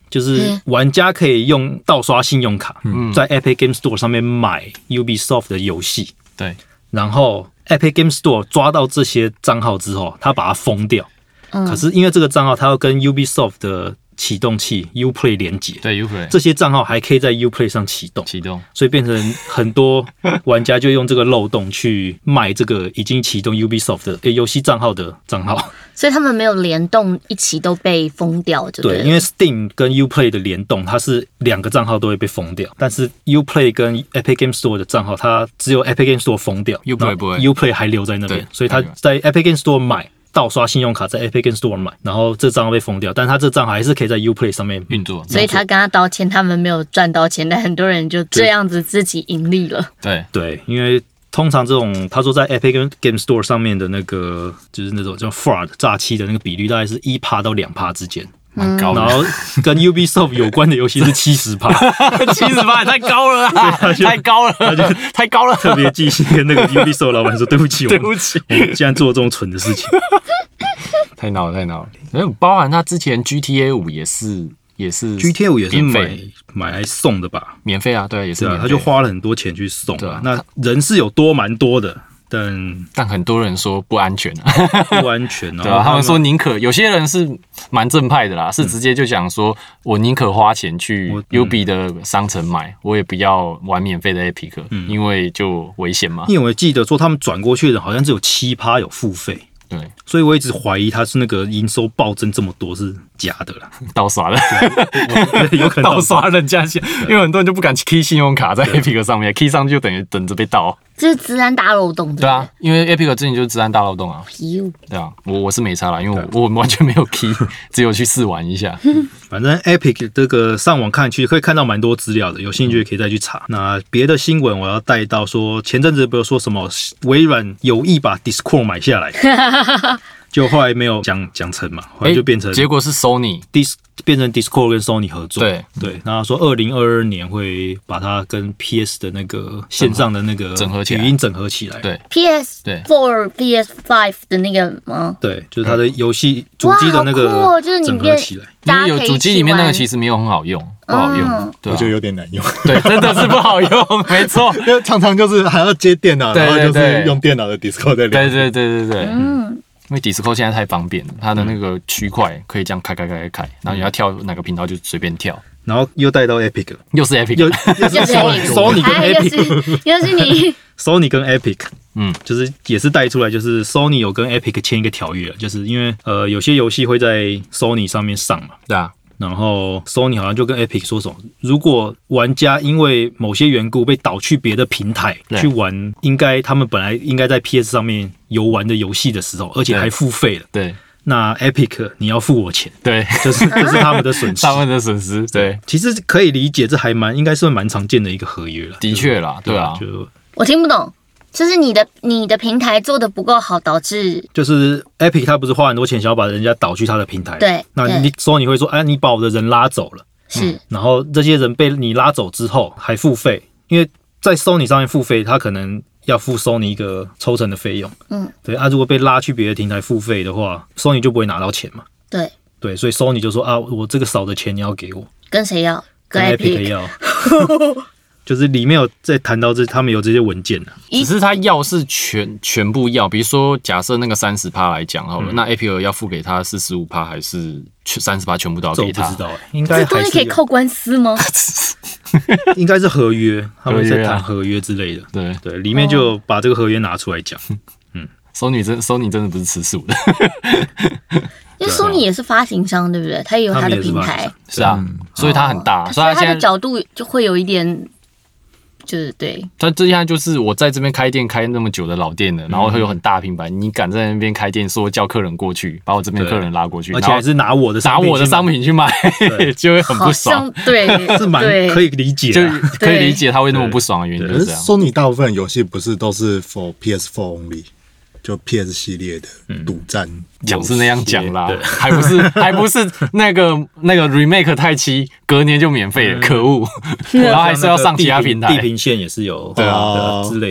就是玩家可以用盗刷信用卡，嗯、在 Epic Game Store 上面买 Ubisoft 的游戏。 对， 然后 Epic Game Store 抓到这些账号之后，他把它封掉。嗯、可是因为这个账号，它要跟 Ubisoft 的启动器 Uplay 连结， 对 Uplay 这些账号还可以在 Uplay 上启动， 启动， 所以变成很多玩家就用这个漏洞去卖这个已经启动 Ubisoft 的游戏账号的账号， 所以他们没有联动，一起都被封掉，就对了。 对，因为 Steam 跟 Uplay 的联动，它是两个账号都会被封掉，但是 Uplay 跟 Epic Game Store 的账号，它只有 Epic Game Store 封掉 ，Uplay 不会 ，Uplay 还留在那边，所以他在 Epic Game Store 买。盗刷信用卡在 Epic Game Store 买，然后这账号被封掉，但他这账号还是可以在 Uplay 上面运作， 所以他跟他道歉，他们没有赚到钱，但很多人就这样子自己盈利了。 对对，因为通常这种他说在 Epic Game Store 上面的那个就是那种叫 fraud 诈欺的那个比率大概是一趴到两趴之间。 蛮高的， 然后跟 Ubisoft 有关的游戏是七十趴， 七十趴也太高了啊！太高了，太高了。 特别寄信跟那个 Ubisoft 老板说：“对不起， 对不起， 我们竟然做这种蠢的事情。” 太闹了，太闹了。因为包含他之前 G T A 五也是，也是 G T A 五也是买买来送的吧？ 免费啊，对，也是免费。 他就花了很多钱去送啊。那人是有多蛮多的。但但很多人说不安全啊， 不安全啊！ 对啊，他们说宁可有些人是蛮正派的啦，是直接就讲说，我宁可花钱去 Ubi 的商城买，我也不要玩免费的 Epic，、嗯、因为就危险嘛。 因为我记得说他们转过去的人好像只有七趴有付费。 对， 所以我一直怀疑他是那个营收暴增这么多是假的啦， 盗刷的， 有可能盗刷人家钱，因为很多人就不敢 key 信用卡在 Epic 上面 ，key 上去就等于等着被盗。 这是治安大漏洞的。 对啊，因为 Epic 之前就是治安大漏洞啊。对啊，我我是没差啦，因为我我完全没有 key， 只有去试玩一下。 反正 Epic 这个上网看去可以看到蛮多资料的，有兴趣可以再去查。那别的新闻我要带到说，前阵子不是说什么微软有意把 Discord 买下来，就后来没有讲讲成嘛，后来就变成、 欸、结果是 Sony Dis 变成 Discord 跟 Sony 合作。 对对，然后说二零二二年会把它跟 P S 的那个线上的那个整合起来， 语音整合起来。 对 ，P S 四、P S 五的那个吗？ 对，就是它的游戏主机的那个整合起来。 因为有主机里面那个其实没有很好用，不好用，嗯、 对、啊，我觉得有点难用。 对，真的是不好用，没错， 因为常常就是还要接电脑，然后就是用电脑的 Discord 在聊。 对对对对对，嗯。因为 Discord 现在太方便了，它的那个区块可以这样开开开开，然后你要跳哪个频道就随便跳， 然后又带到 Epic， 又是 Epic， 又又是 Sony 跟 Epic， 又是你 Sony 跟 Epic， 嗯， 就是也是带出来，就是 Sony 有跟 Epic 签一个条约，就是因为呃有些游戏会在 Sony 上面上嘛， 对啊。 然后 Sony 好像就跟 Epic 说什么，如果玩家因为某些缘故被导去别的平台去玩，应该他们本来应该在 P S 上面游玩的游戏的时候，而且还付费了， 对， 那 Epic 你要付我钱， 对， 就是这是他们的损失， 他们的损失，对， 其实可以理解，这还蛮应该是蛮常见的一个合约了， 的确啦，对啊， 就我听不懂。就是你的你的平台做的不够好，导致就是 Epic 他不是花很多钱想要把人家导去他的平台， 对， 那你说你会说，哎，你把我的人拉走了， 是、 嗯，然后这些人被你拉走之后还付费，因为在 Sony 上面付费，他可能要付 Sony 一个抽成的费用，嗯，对啊，如果被拉去别的平台付费的话 ，Sony 就不会拿到钱嘛， 对， 对，所以 Sony 就说啊，我这个少的钱你要给我， 跟谁要？ 跟 Epic 要。就是里面有在谈到这，他们有这些文件的、啊， 只是他要是全全部要，比如说假设那个三十趴来讲好了，嗯、那 Epic 要付给他四十五趴，还是三十趴全部都要给他？ 我不知道、欸，应该这东西可以靠官司吗？ 应该是合约，他们在谈合约之类的。 啊、对对，里面就把这个合约拿出来讲。嗯 ，Sony 真 Sony 真的不是吃素的。 因为 Sony 也是发行商，对不对？他也有他的平台， 是啊，所以他很大， 哦、所以他的角度就会有一点。就是对， 他这样就是我在这边开店开那么久的老店了，然后会有很大品牌，你敢在那边开店，说叫客人过去，把我这边客人拉过去， 而且还是拿我的拿我的商品去卖，就会很不爽。 对， 是蛮可以理解， 就可以理解他会那么不爽的原因就是这样。 Sony 大部分游戏不是都是 for P S 四 only。就 P S 系列的赌战讲、嗯、是那样讲啦，还不是还不是那个那个 remake 太七，隔年就免费了，嗯、可恶！然后还是要上其他平台， 地平线也是有对啊之类的。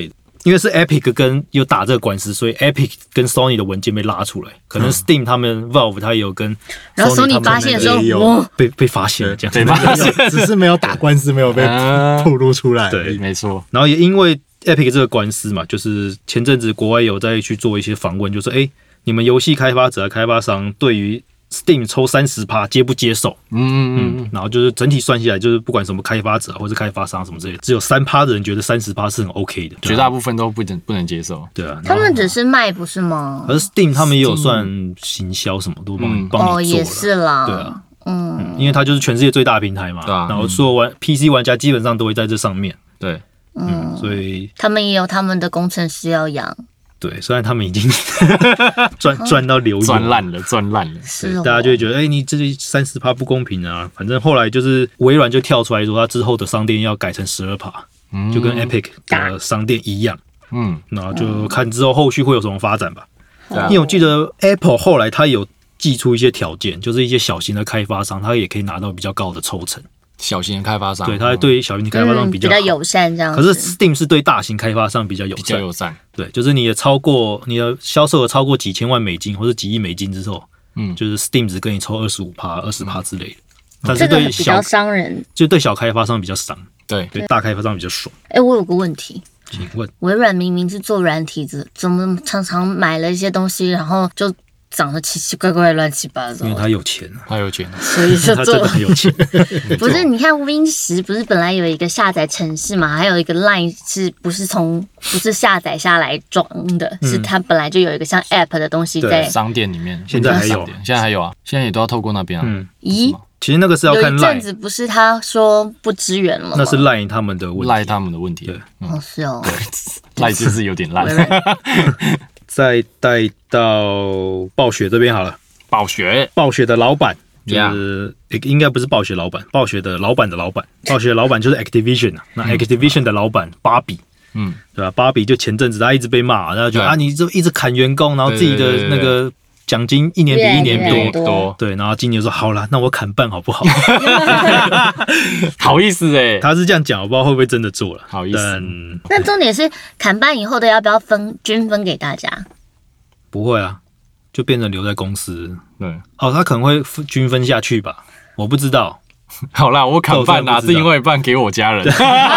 因为是 Epic 跟有打这个官司，所以 Epic 跟 Sony 的文件被拉出来。可能 Steam 他们 Valve 他也有跟 Sony 他们， 然后 Sony 发现的时候，哇， 被被发现了，这样被发现， 只是没有打官司，没有被透露出来。 对， 没错。 然后也因为 Epic 这个官司嘛，就是前阵子国外有在去做一些访问，就是哎，你们游戏开发者、开发商对于Steam 抽 百分之三十 接不接受？嗯嗯嗯，然后就是整体算下来，就是不管什么开发者或是开发商什么之类的，只有 百分之三 的人觉得 百分之三十 是很 OK 的， 绝大部分都不能不能接受。 对啊， 他们只是卖不是吗？ 而 Steam 他们也有算行销什么都帮你帮你做了， 哦也是啦， 对啊，嗯，因为它就是全世界最大的平台嘛，对啊，然后所有玩 P C 玩家基本上都会在这上面， 对， 嗯，所以他们也有他们的工程师要养。 对，虽然他们已经赚赚到流油赚烂了，赚烂了， 是、哦、 大家就会觉得，哎、欸，你这 百分之三十 不公平啊！反正后来就是微软就跳出来说，他之后的商店要改成 百分之十二，嗯，就跟 Epic 的商店一样，嗯，然后就看之后后续会有什么发展吧。嗯、因为我记得 Apple 后来他有寄出一些条件，就是一些小型的开发商，他也可以拿到比较高的抽成。 小型的开发商， 对，他对小型的开发商比较、 嗯、比较友善这样。 可是 Steam 是对大型开发商比较友善， 比较友善。 对，就是你的超过你的销售额超过几千万美金或者几亿美金之后，嗯，就是 Steam 只跟你抽 百分之二十五、百分之二十 之类的。但是对小、 这个比较伤人， 就对小开发商比较伤， 对， 对大开发商比较爽。 哎、欸，我有个问题， 请问微软明明是做软体子，怎么常常买了一些东西，然后就长得奇奇怪怪、乱七八糟？ 因为他有钱啊， 他有钱， 所以就他真的很有钱。 不是，你看 Win 十不是本来有一个下载程式嘛，还有一个 Line 是不是从不是下载下来装的，嗯、是它本来就有一个像 App 的东西在商店里面， 现在还有， 现在还有啊，现在也都要透过那边啊。嗯， 咦？ 其实那个是要看 Line， 有一阵子不是他说不支援了吗？ 那是 Line 他们的问题 ，Line 他们的问题。 对， 嗯、哦是哦， 对 ，Line 就是有点烂。 再带到暴雪这边好了。 暴雪， 暴雪的老板就是、yeah. 应该不是暴雪老板，暴雪的老板的老板，暴雪的老板就是 Activision 啊。那 Activision 的老板芭比，嗯，对吧？芭比就前阵子他一直被骂，然后就啊，你就一直砍员工，然后自己的那个奖金一年比一年多多， 对，然后今年说好啦，那我砍半好不好？ 好意思哎、欸， 他是这样讲，我不知道会不会真的做了。 好意思， 但重点是砍半以后的要不要分均分给大家？ 不会啊。就变成留在公司， 对， 哦，他可能会均分下去吧，我不知道。 好啦，我砍半啊，是因为半给我家人，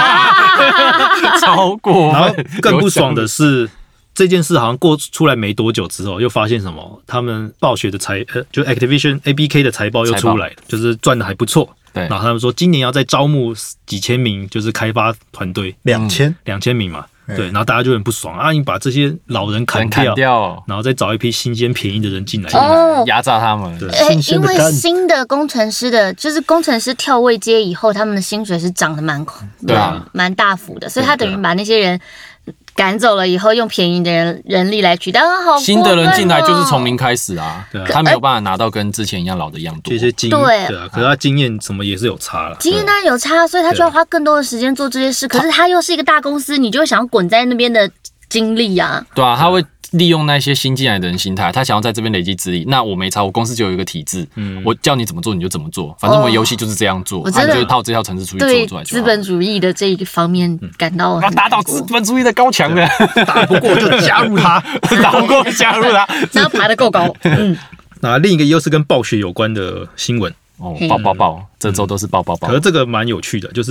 超过。 然后更不爽的是，这件事好像过出来没多久之后，又发现什么？他们暴雪的财，呃，就 Activision A B K 的财报又出来了，就是赚的还不错。对，然后他们说今年要再招募几千名，就是开发团队， 两千两千名嘛。对，然后大家就很不爽啊！你把这些老人砍掉， 砍掉然后再找一批新鲜便宜的人进来， 哦， 压榨他们。 对， 欸、因为新的工程师的，就是工程师跳位阶以后，他们的薪水是涨得蛮对啊， 蛮大幅的，所以他等于把那些人赶走了以后，用便宜的人人力来取代，好、哦、 新的人进来就是从零开始啊，对啊，他没有办法拿到跟之前一样老的样多， 这些经验，对啊，可是他经验什么也是有差了， 经验当然有差，所以他就要花更多的时间做这些事。可是他又是一个大公司，你就会想要滚在那边的精力啊， 对啊，他会利用那些新进来的人心态，他想要在这边累积资历。那我没差，我公司就有一个体制，嗯，我叫你怎么做你就怎么做，反正我游戏就是这样做，他、哦、就套这套程式出去做出来就好。 对资本主义的这一方面感到很要打倒资本主义的高墙的， 打不过就加入他， 打不过加入他， 只要爬得够高。嗯， 那另一个又是跟暴雪有关的新闻哦，爆爆爆，这周都是爆爆爆。 可是这个蛮有趣的，就是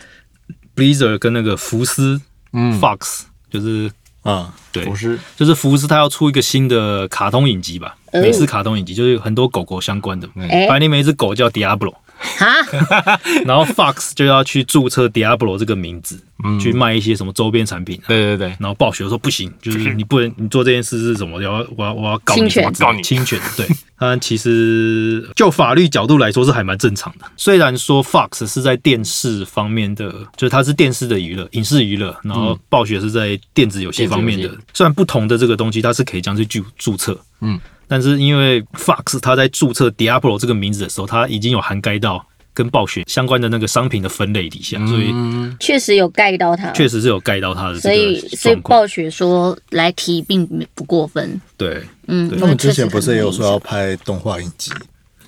Blizzard 跟那个福斯，嗯 ，Fox 就是。 啊、嗯， 对，福斯就是福斯，他要出一个新的卡通影集吧，嗯、美式卡通影集，就是很多狗狗相关的。欸、反正里面一只狗叫 Diablo， 然后 Fox 就要去注册 Diablo 这个名字，嗯、去卖一些什么周边产品、啊。 对对对。 然后暴雪说不行，就是你不能，你做这件事是什么？我要我要我要告你， 侵权， 告你侵权。对，但其实就法律角度来说是还蛮正常的。虽然说 Fox 是在电视方面的，就是它是电视的娱乐、影视娱乐，然后暴雪是在电子游戏方面的。虽然不同的这个东西，它是可以这样去注注册，嗯，但是因为 Fox 它在注册 Diablo 这个名字的时候，它已经有涵盖到跟暴雪相关的那个商品的分类底下，所以确实有盖到它， 确实是有盖到它的这个状况。所以， 所以暴雪说来提并不过分。 对， 嗯， 他们之前不是也有说要拍动画影集？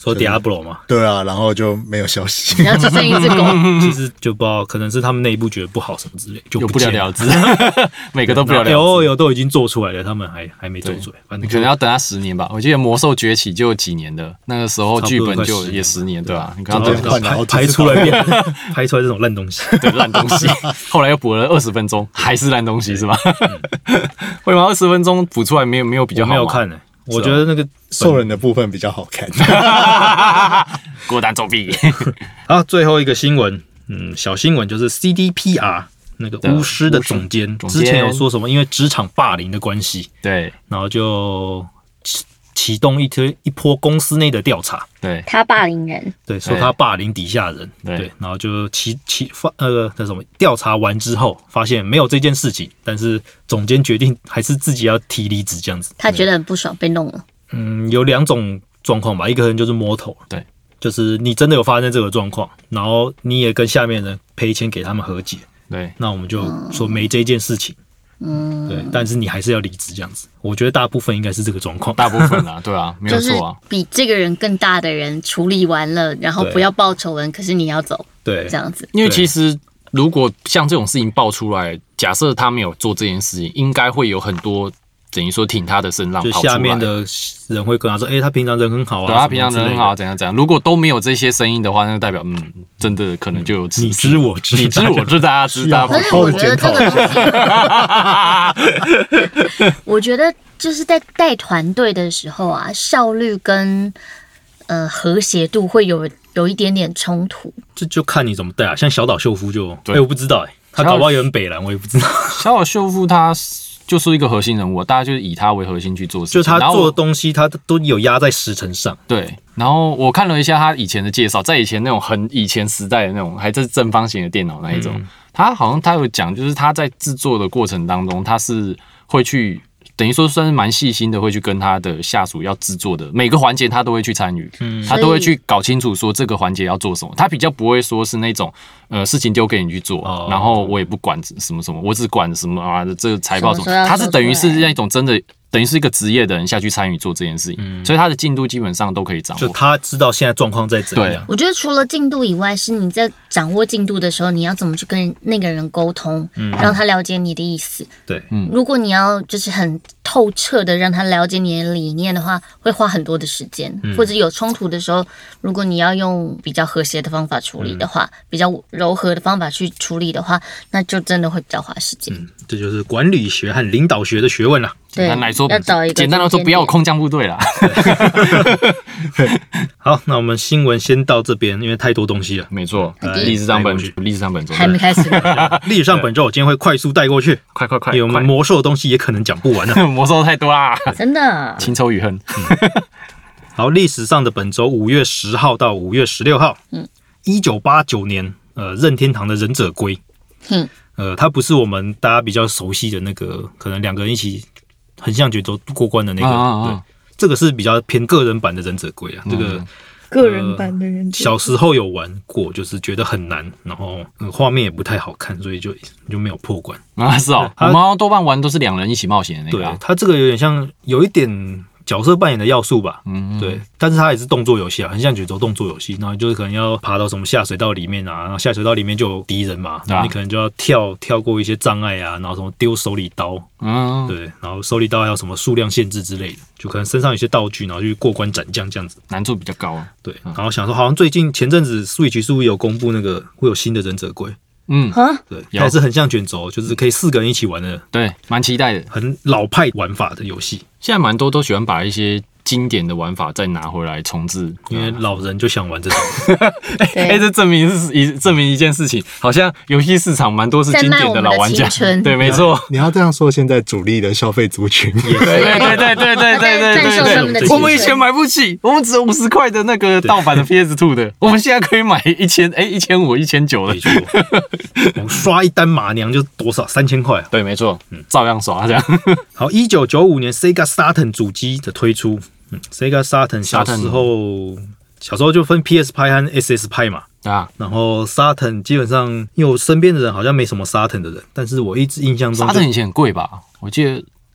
说 Diablo 嘛， 对啊，然后就没有消息， 然后只剩一只狗， 其实就不知道，可能是他们内部觉得不好什么之类，就不了了之，每个都不了了之。 有有都已经做出来了，他们还还没做出来，反正可能要等他十年吧。我记得魔兽崛起就有几年的，那个时候剧本就也十年，对吧？你刚刚拍拍出来变，拍出来这种烂东西， 对烂东西。后来又补了二十分钟，还是烂东西是吧？会吗？二十分钟补出来没有没有比较好吗？ 没有看呢。我觉得那个兽人的部分比较好看。 郭丹作弊。 好，最后一个新闻，嗯，小新闻就是 C D P R 那个巫师的总监之前有说什么，因为职场霸凌的关系， 对， 然后就启动一推一波公司内的调查， 对， 他霸凌人， 对，说他霸凌底下人，对，对然后就起起发呃那什么调查完之后，发现没有这件事情，但是总监决定还是自己要提离职这样子， 他觉得很不爽，被弄了。 嗯，有两种状况吧，一个人就是摸头， 对， 就是你真的有发生这个状况，然后你也跟下面人赔钱给他们和解， 对， 那我们就说没这件事情。嗯，对，但是你还是要离职这样子。我觉得大部分应该是这个状况， 大部分啊，对啊，没有错啊。 比这个人更大的人处理完了，然后不要报仇人，可是你要走， 对， 这样子。 因为其实如果像这种事情爆出来，假设他没有做这件事情，应该会有很多等于说挺他的声浪跑出来， 就下面的人会跟他说：“哎、欸，他平常人很好啊， 对，他平常人很好、啊，怎样怎样。”如果都没有这些声音的话，那就代表嗯，真的可能就有你知我知， 你知我知，大家知道。 可是我觉得这个东西，我觉得就是在带团队的时候啊，效率跟呃和谐度会有有一点点冲突。 这就看你怎么带啊。像小岛秀夫就，哎、欸，我不知道哎、欸，他搞不好有人北蓝，我也不知道。 小岛秀夫他。就是一个核心人物，大家就是以他为核心去做事情。 就他做的东西，他都有压在时程上。 对，然后我看了一下他以前的介绍，在以前那种很以前时代的那种，还是正方形的电脑那一种，嗯、他好像他有讲，就是他在制作的过程当中，他是会去。等于说算是蛮细心的，会去跟他的下属要制作的每个环节，他都会去参与，嗯，他都会去搞清楚说这个环节要做什么。他比较不会说是那种呃事情丢给你去做，哦、然后我也不管什么什么，我只管什么啊这个财报什么。他是等于是那种真的。等于是一个职业的人下去参与做这件事情，嗯、所以他的进度基本上都可以掌握。 就他知道现在状况在怎样。 我觉得除了进度以外，是你在掌握进度的时候，你要怎么去跟那个人沟通，嗯、让他了解你的意思。 对， 嗯，如果你要就是很透彻的让他了解你的理念的话，会花很多的时间。嗯、或者有冲突的时候，如果你要用比较和谐的方法处理的话，嗯、比较柔和的方法去处理的话，那就真的会比较花时间。 嗯，这就是管理学和领导学的学问啦。 简单来说，简单来说，不要有空降部队啦。 好，那我们新闻先到这边，因为太多东西了。 没错，历史上本历史上本周还没开始， 历史上本周我今天会快速带过去， 快快快， 因为我们魔兽的东西也可能讲不完了， 魔兽太多啦， 真的。 情仇与恨。 好，历史上的本周五月十号到五月十六号，嗯，一九八九年，呃，任天堂的忍者龟，嗯，呃，它不是我们大家比较熟悉的那个，可能两个人一起。很像卷轴过关的那个，啊啊啊对，这个是比较偏个人版的忍者龟啊。嗯、这个个人版的忍者、 呃，小时候有玩过，就是觉得很难，然后画、呃、面也不太好看，所以就就没有破关啊。是哦，我们多半玩都是两人一起冒险的那个、啊。 对，它这个有点像，有一点角色扮演的要素吧，嗯，对，但是它也是动作游戏啊，很像卷轴动作游戏，然后就是可能要爬到什么下水道里面啊，然后下水道里面就有敌人嘛，然后你可能就要跳跳过一些障碍啊，然后什么丢手里刀，嗯，对，然后手里刀还有什么数量限制之类的，就可能身上有些道具，然后去过关斩将这样子， 难度比较高啊， 对，然后想说好像最近前阵子 Switch 是不是有公布那个会有新的忍者龟？嗯，对，它也是很像卷轴，就是可以四个人一起玩的， 对，蛮期待的， 很老派玩法的游戏。 现在蛮多都喜欢把一些经典的玩法再拿回来重置， 因为老人就想玩这种。 哎、欸，这证明是一证明一件事情，好像游戏市场蛮多是经典的老玩家。对，没错。 你要这样说，现在主力的消费族群， 对对对对对对对对对，我们以前买不起，我们只有五十块的那个盗版的 P S 二 的，我们现在可以买一千，哎，一千五、一千九的。 我刷一单马娘就多少三千块？ 对，没错，嗯，照样刷这样。 好，一九九五年 Sega Saturn 主机的推出。嗯、Sega Saturn 小时候小时候就分 P S 派和 S S 派嘛，啊，然后 Saturn 基本上因为我身边的人好像没什么 Saturn 的人，但是我一直印象中 Saturn 以前很贵吧，我记得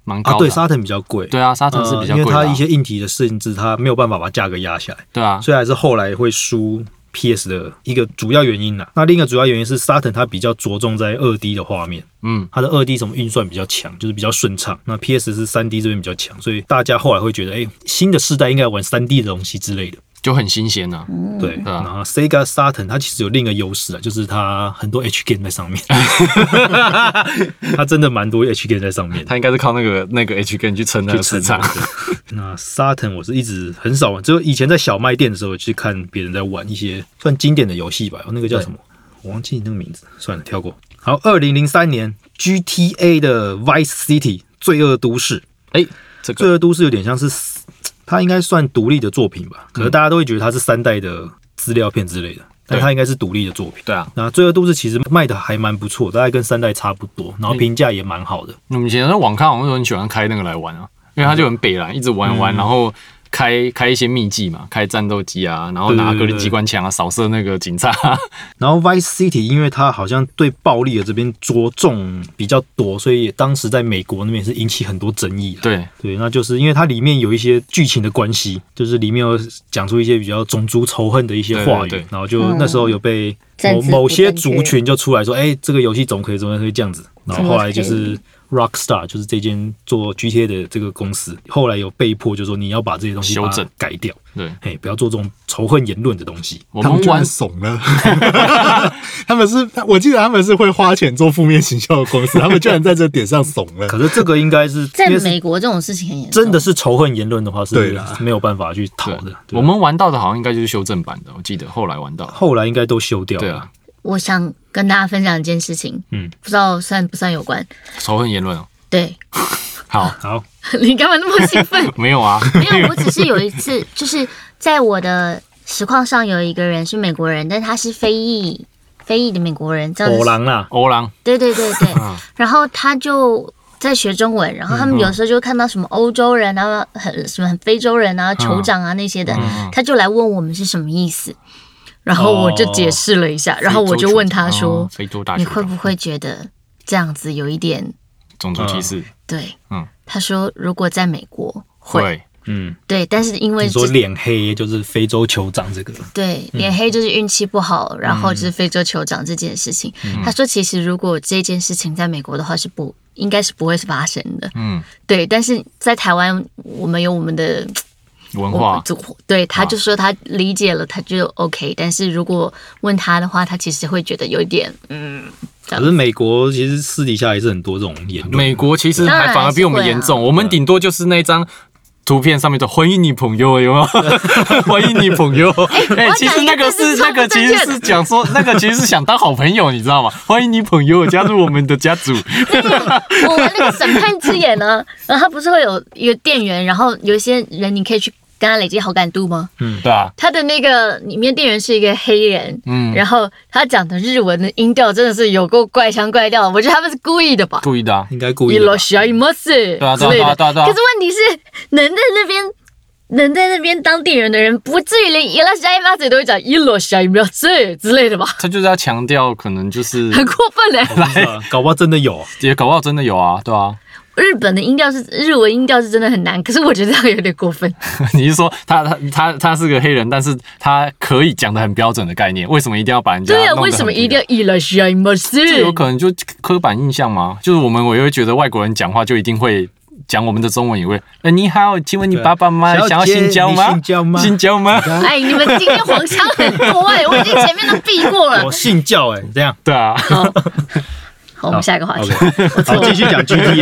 蛮高的、啊啊。对，沙腾比较贵。 对啊，沙腾是比较贵的、啊呃， 因为它一些硬体的限制，它没有办法把价格压下来。 对啊， 所以还是后来会输 P S 的一个主要原因啦。那另一个主要原因是沙腾它比较着重在 二 D 的画面，嗯，它的 二 D 什么运算比较强，就是比较顺畅。那 P S 是 三 D 这边比较强，所以大家后来会觉得，哎、欸，新的世代应该玩 三 D 的东西之类的。 就很新鲜呐、啊， 对，啊、然后 Sega Saturn 它其实有另一个优势啊，就是它很多 H game 在上面，它真的蛮多 H game 在上面， 它应该是靠那个那个 H game 去撑那个市场。 那 Saturn 我是一直很少玩，只有以前在小卖店的时候去看别人在玩一些算经典的游戏吧，那个叫什么？我忘记那个名字，算了，跳过。好，二零零三年 G T A 的 Vice City 罪恶都市，哎、欸，这个罪恶都市有点像是。它应该算独立的作品吧，可是大家都会觉得它是三代的资料片之类的，但它应该是独立的作品。 对啊， 那《罪恶都市》其实卖的还蛮不错，大概跟三代差不多，然后评价也蛮好的。 我们以前在网咖好像都很喜欢开那个来玩啊，因为它就很北蓝，一直玩玩，嗯、然后。开开一些秘技嘛，开战斗机啊，然后拿个人机关枪啊，扫射那个警察。 然后 Vice City 因为它好像对暴力的这边着重比较多，所以当时在美国那边是引起很多争议。 对对，那就是因为它里面有一些剧情的关系，就是里面有讲出一些比较种族仇恨的一些话语，对对对，然后就那时候有被某某些族群就出来说，哎、欸，这个游戏怎么可以怎么可以这样子？然后后来就是。Rockstar 就是这间做 G T A 的这个公司，后来有被迫就说你要把这些东西修正改掉，对，嘿，不要做这种仇恨言论的东西。 我们玩怂了，他们是，我记得他们是会花钱做负面行销的公司，他们居然在这点上怂了。 可是这个应该是在美国这种事情很严重， 真的是仇恨言论的话是没有办法去讨的。 我们玩到的好像应该就是修正版的，我记得后来玩到， 后来应该都修掉了。 对啊。 我想跟大家分享一件事情，嗯，不知道算不算有关仇恨言论哦。 对， 好好， 你干嘛那么兴奋？ 没有啊， 没有，我只是有一次，就是在我的实况上有一个人是美国人，但他是非裔非裔的美国人， 欧郎啦， 欧郎， 对对对对，然后他就在学中文，然后他们有时候就看到什么欧洲人啊，很什么很非洲人啊，酋长啊那些的，他就来问我们是什么意思。然后我就解释了一下，哦、然后我就问他说：“你会不会觉得这样子有一点种族歧视？” 对，嗯，他说如果在美国会， 会嗯， 对，但是因为你说脸黑就是非洲酋长这个， 对，脸黑就是运气不好，嗯、然后就是非洲酋长这件事情。嗯、他说其实如果这件事情在美国的话是不应该是不会发生的，嗯，对，但是在台湾我们有我们的。 文化对，他就说他理解了，他就 OK。但是如果问他的话，他其实会觉得有一点嗯。 可是美国其实私底下也是很多这种言论。 美国其实还反而比我们严重，啊、我们顶多就是那张图片上面的欢迎你朋友，有没有？欢迎你朋友。哎、欸，其实那个是那个其实是讲说那个其实是想当好朋友，你知道吗？欢迎你朋友加入我们的家族。 我们那个审判之眼呢，然后他不是会有一个店员，然后有一些人你可以去。跟他累积好感度吗？ 嗯，对啊。 他的那个里面店员是一个黑人，嗯，然后他讲的日文的音调真的是有够怪腔怪调，我觉得他们是故意的吧？ 故意的、啊， 应该故意的。 对啊，对啊，对啊，对啊。 可是问题是，能在那边能在那边当店员的人，不至于连伊拉西爱马嘴都会讲伊罗西爱马嘴之类的吧？ 他就是要强调，可能就是很过分嘞、 欸。来，搞不好真的有， 也搞不好真的有啊，对啊。 日本的音调是日文音调是真的很难，可是我觉得这样有点过分。 你是说他他他他是个黑人，但是他可以讲的很标准的概念，为什么一定要把人家？ 对啊，为什么一定要伊拉西爱马嘴？ 这有可能就刻板印象吗？就是我们我也会觉得外国人讲话就一定会讲我们的中文，也会呃你好，请问你爸爸妈妈想要性交吗？ 性交吗？ 性交吗？ 哎，你们今天黄腔很多哎、欸，我已经前面都避过了。 我性教哎、欸，这样对啊。 好，我们下一个话题。 好，继续讲 G T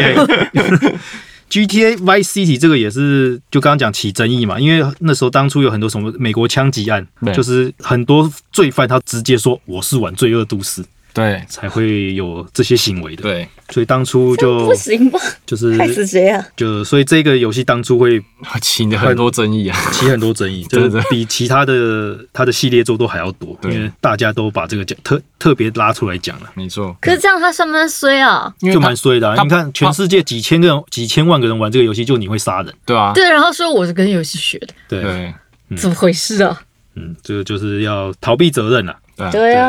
A。G T A Vice City 这个也是就刚刚讲起争议嘛，因为那时候当初有很多什么美国枪击案，就是很多罪犯他直接说我是玩罪恶都市， 对， 才会有这些行为的。 对， 所以当初就不行吧？ 就是害死谁啊？ 就所以这个游戏当初会起很多争议啊， 起很多争议，就是比其他的他的系列作都还要多，因为大家都把这个讲特特别拉出来讲了。 没错。 可是这样他算不算衰啊？ 就蛮衰的、啊。你看全世界几千个人、几千万个人玩这个游戏，就你会杀人， 对啊。 对，然后说我是跟游戏学的， 对， 嗯、怎么回事啊？ 嗯，这个就是要逃避责任了。 对啊。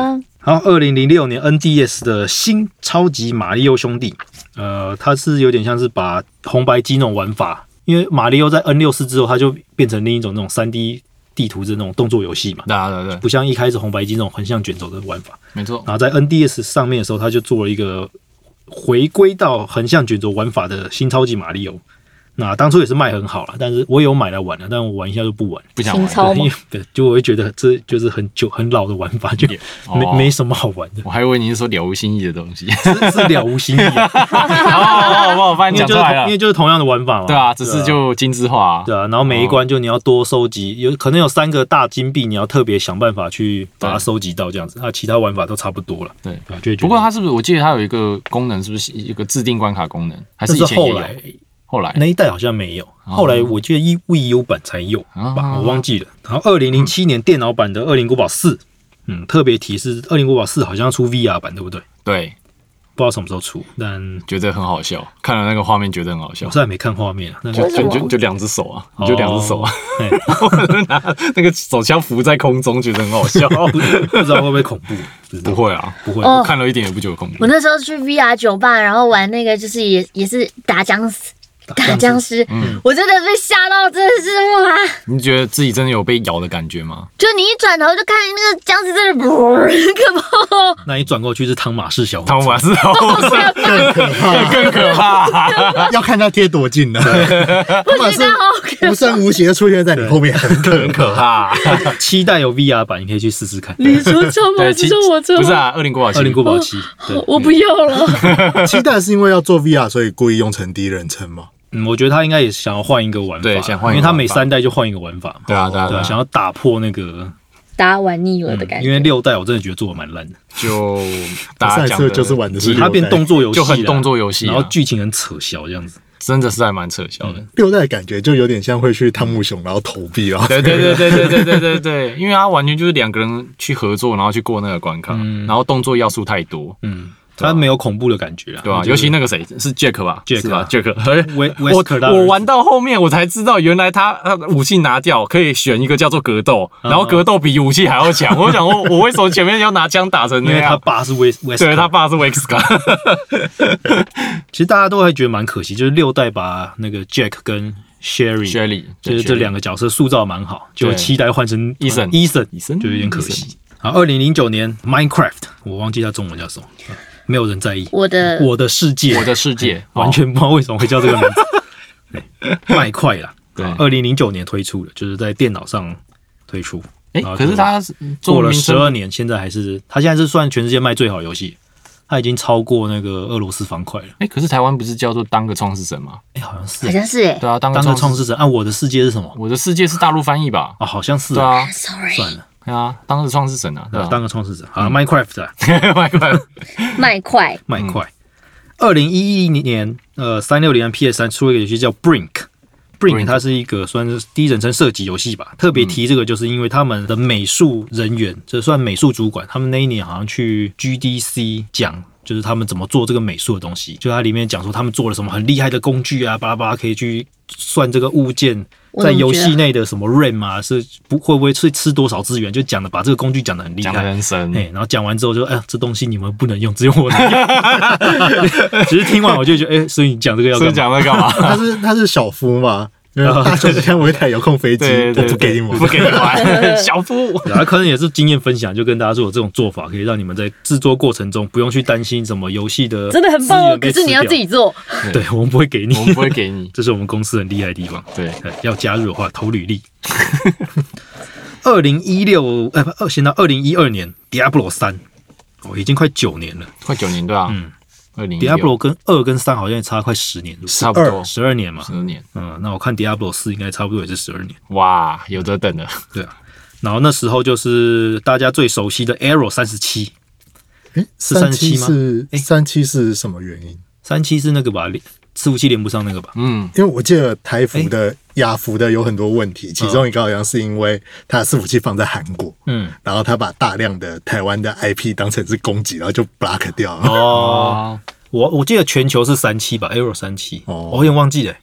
然后二零零六年 N D S 的新超级马里奥兄弟，呃，它是有点像是把红白机那种玩法，因为马里奥在 N 六四 之后，它就变成另一种那种 三 D 地图的那种动作游戏嘛， 对对对， 不像一开始红白机那种横向卷轴的玩法， 没错。 然后在 N D S 上面的时候，它就做了一个回归到横向卷轴玩法的新超级马里奥。那当初也是卖很好了，但是我有买来玩了，但我玩一下就不玩， 不想玩， 因为就我会觉得这就是很久很老的玩法，就没、哦、没什么好玩的。 我还以为你是说了无新意的东西， 是, 是了无新意。 哦，我发现你讲出来了， 因为就是同样的玩法嘛。 对啊，只是就精致化、啊。 对啊，然后每一关就你要多收集，有可能有三个大金币，你要特别想办法去把它收集到这样子。那其他玩法都差不多了。 对，对不过它是不是？我记得它有一个功能，是不是一个制定关卡功能？还是以前也有？ 后来。 后来那一代好像没有，哦、后来我记得 Wii U 版才有吧，哦、我忘记了。然后二零零七年电脑版的《恶灵古堡四》，嗯，特别提示，《恶灵古堡四》好像要出 V R 版，对不对？ 对， 不知道什么时候出，但觉得很好笑，看了那个画面觉得很好笑。 我虽然没看画面， 就就就就两只手啊，你就两只手啊，拿那个手枪扶在空中，觉得很好笑， 不知道会不会恐怖？ 不会啊， 不会， 我看了一点也不觉得恐怖。 我那时候去 V R 酒吧，然后玩那个就是也也是打僵尸。打僵尸、嗯，我真的被吓到，真的是哇！ 你觉得自己真的有被咬的感觉吗？ 就你一转头就看那个僵尸在那，很可怕。 那你转过去是汤马士小汤马士小火车， 更可怕， 更可怕。 要看他贴多近了。 汤马士无声无息的出现在你后面，很很可怕。 期待有 V R 版，你可以去试试看。 你说汤马士小火车？ 不是啊，恶灵古堡七， 恶灵古堡七， 我不要了。 期待是因为要做 V R， 所以故意用成第一人称吗？ 嗯，我觉得他应该也想要换一个玩法， 对，想换， 因为他每三代就换一个玩法嘛。 对啊，对啊， 对啊，想要打破那个大家玩腻了的感觉。 因为六代我真的觉得做的蛮烂的， 就大家讲的就是玩的是它变动作游戏， 就很动作游戏， 然后剧情很扯小这样子。 真的是还蛮扯笑的， 六代感觉就有点像会去汤姆熊然后投币啊， 对对对对对对对对对，因为他完全就是两个人去合作，然后去过那个关卡，然后动作要素太多， 嗯。他没有恐怖的感觉啊， 对吧、啊？尤其那个谁是 Jack 吧 ，Jack 吧 ，Jack。 我我玩到后面我才知道，原来他他武器拿掉可以选一个叫做格斗，然后格斗比武器还要强。我想我我为什么前面要拿枪打成那样？ 因为他爸是 Wesker， 对他爸是 Wesker。 其实大家都会觉得蛮可惜，就是六代把那个 Jack 跟 Sherry， Sherry 就是这两个角色塑造蛮好，就七代换成 Ethan Ethan 就有点可惜。好，二零零九年 Minecraft， 我忘记它中文叫什么。没有人在意我的我的世界， 我的世界， 完全不知道为什么会叫这个名字。麦块啦，对，二零零九年推出的，就是在电脑上推出。 哎、欸，可是它过了十二年，现在还是，它现在是算全世界卖最好游戏，它已经超过那个俄罗斯方块了。 哎、欸，可是台湾不是叫做当个创世神吗？ 哎、欸，好像是， 好像是哎、欸， 对啊，当个创世神。啊，我的世界是什么？ 我的世界是大陆翻译吧？ 啊，好像是。 对啊 ，sorry， 算了。 对啊，当个创世神啊，对吧、啊？ 当个创世神。好、嗯、，Minecraft 啊麦块， 麦块， 麦块。二零一一年，呃，三六零和 P S 三出了一个游戏叫 Brink。Brink 它是一个算是第一人称射击游戏吧。特别提这个，就是因为他们的美术人员，这算美术主管，他们那一年好像去 G D C 讲。就是他们怎么做这个美术的东西，就它里面讲说他们做了什么很厉害的工具啊，巴拉巴拉可以去算这个物件在游戏内的什么 RAM 啊，是不会不会吃吃多少资源，就讲的把这个工具讲的很厉害， 讲的很深， 然后讲完之后就哎呀，这东西你们不能用，只有我能用。其实听完我就觉得，哎，所以你讲这个要干嘛？ 讲这个干嘛？ 他是他是小夫嘛？大雄像我一台遥控飞机，我不给你们， 不给你玩，小夫。 然后可能也是经验分享，就跟大家说，有这种做法可以让你们在制作过程中不用去担心什么游戏的真的很棒哦。可是你要自己做， 对我们不会给你， 我们不会给你， 这是我们公司很厉害的地方。 对， 要加入的话投履历。二零一六，哎不，先到二零一二年 ，Diablo 三，哦，已经快九年了， 快九年对啊， 嗯。Diablo 跟二跟三好像也差快十年， 差不多十二年嘛， 十二年。 嗯，那我看 Diablo 四应该差不多也是十二年。 哇，有得等了。 对啊，然后那时候就是大家最熟悉的 Arrow 三十七， 哎， 是三十七吗？ 哎，三七是什么原因？ 三七是那个吧，伺服器连不上那个吧？ 嗯， 因为我记得台服的、亚服的有很多问题，其中一个好像是因为它的伺服器放在韩国，嗯，然后他把大量的台湾的 I P 当成是攻击，然后就 block 掉了。 哦。我我记得全球是三七吧 ，Arrow 三七，哦，我有点忘记了。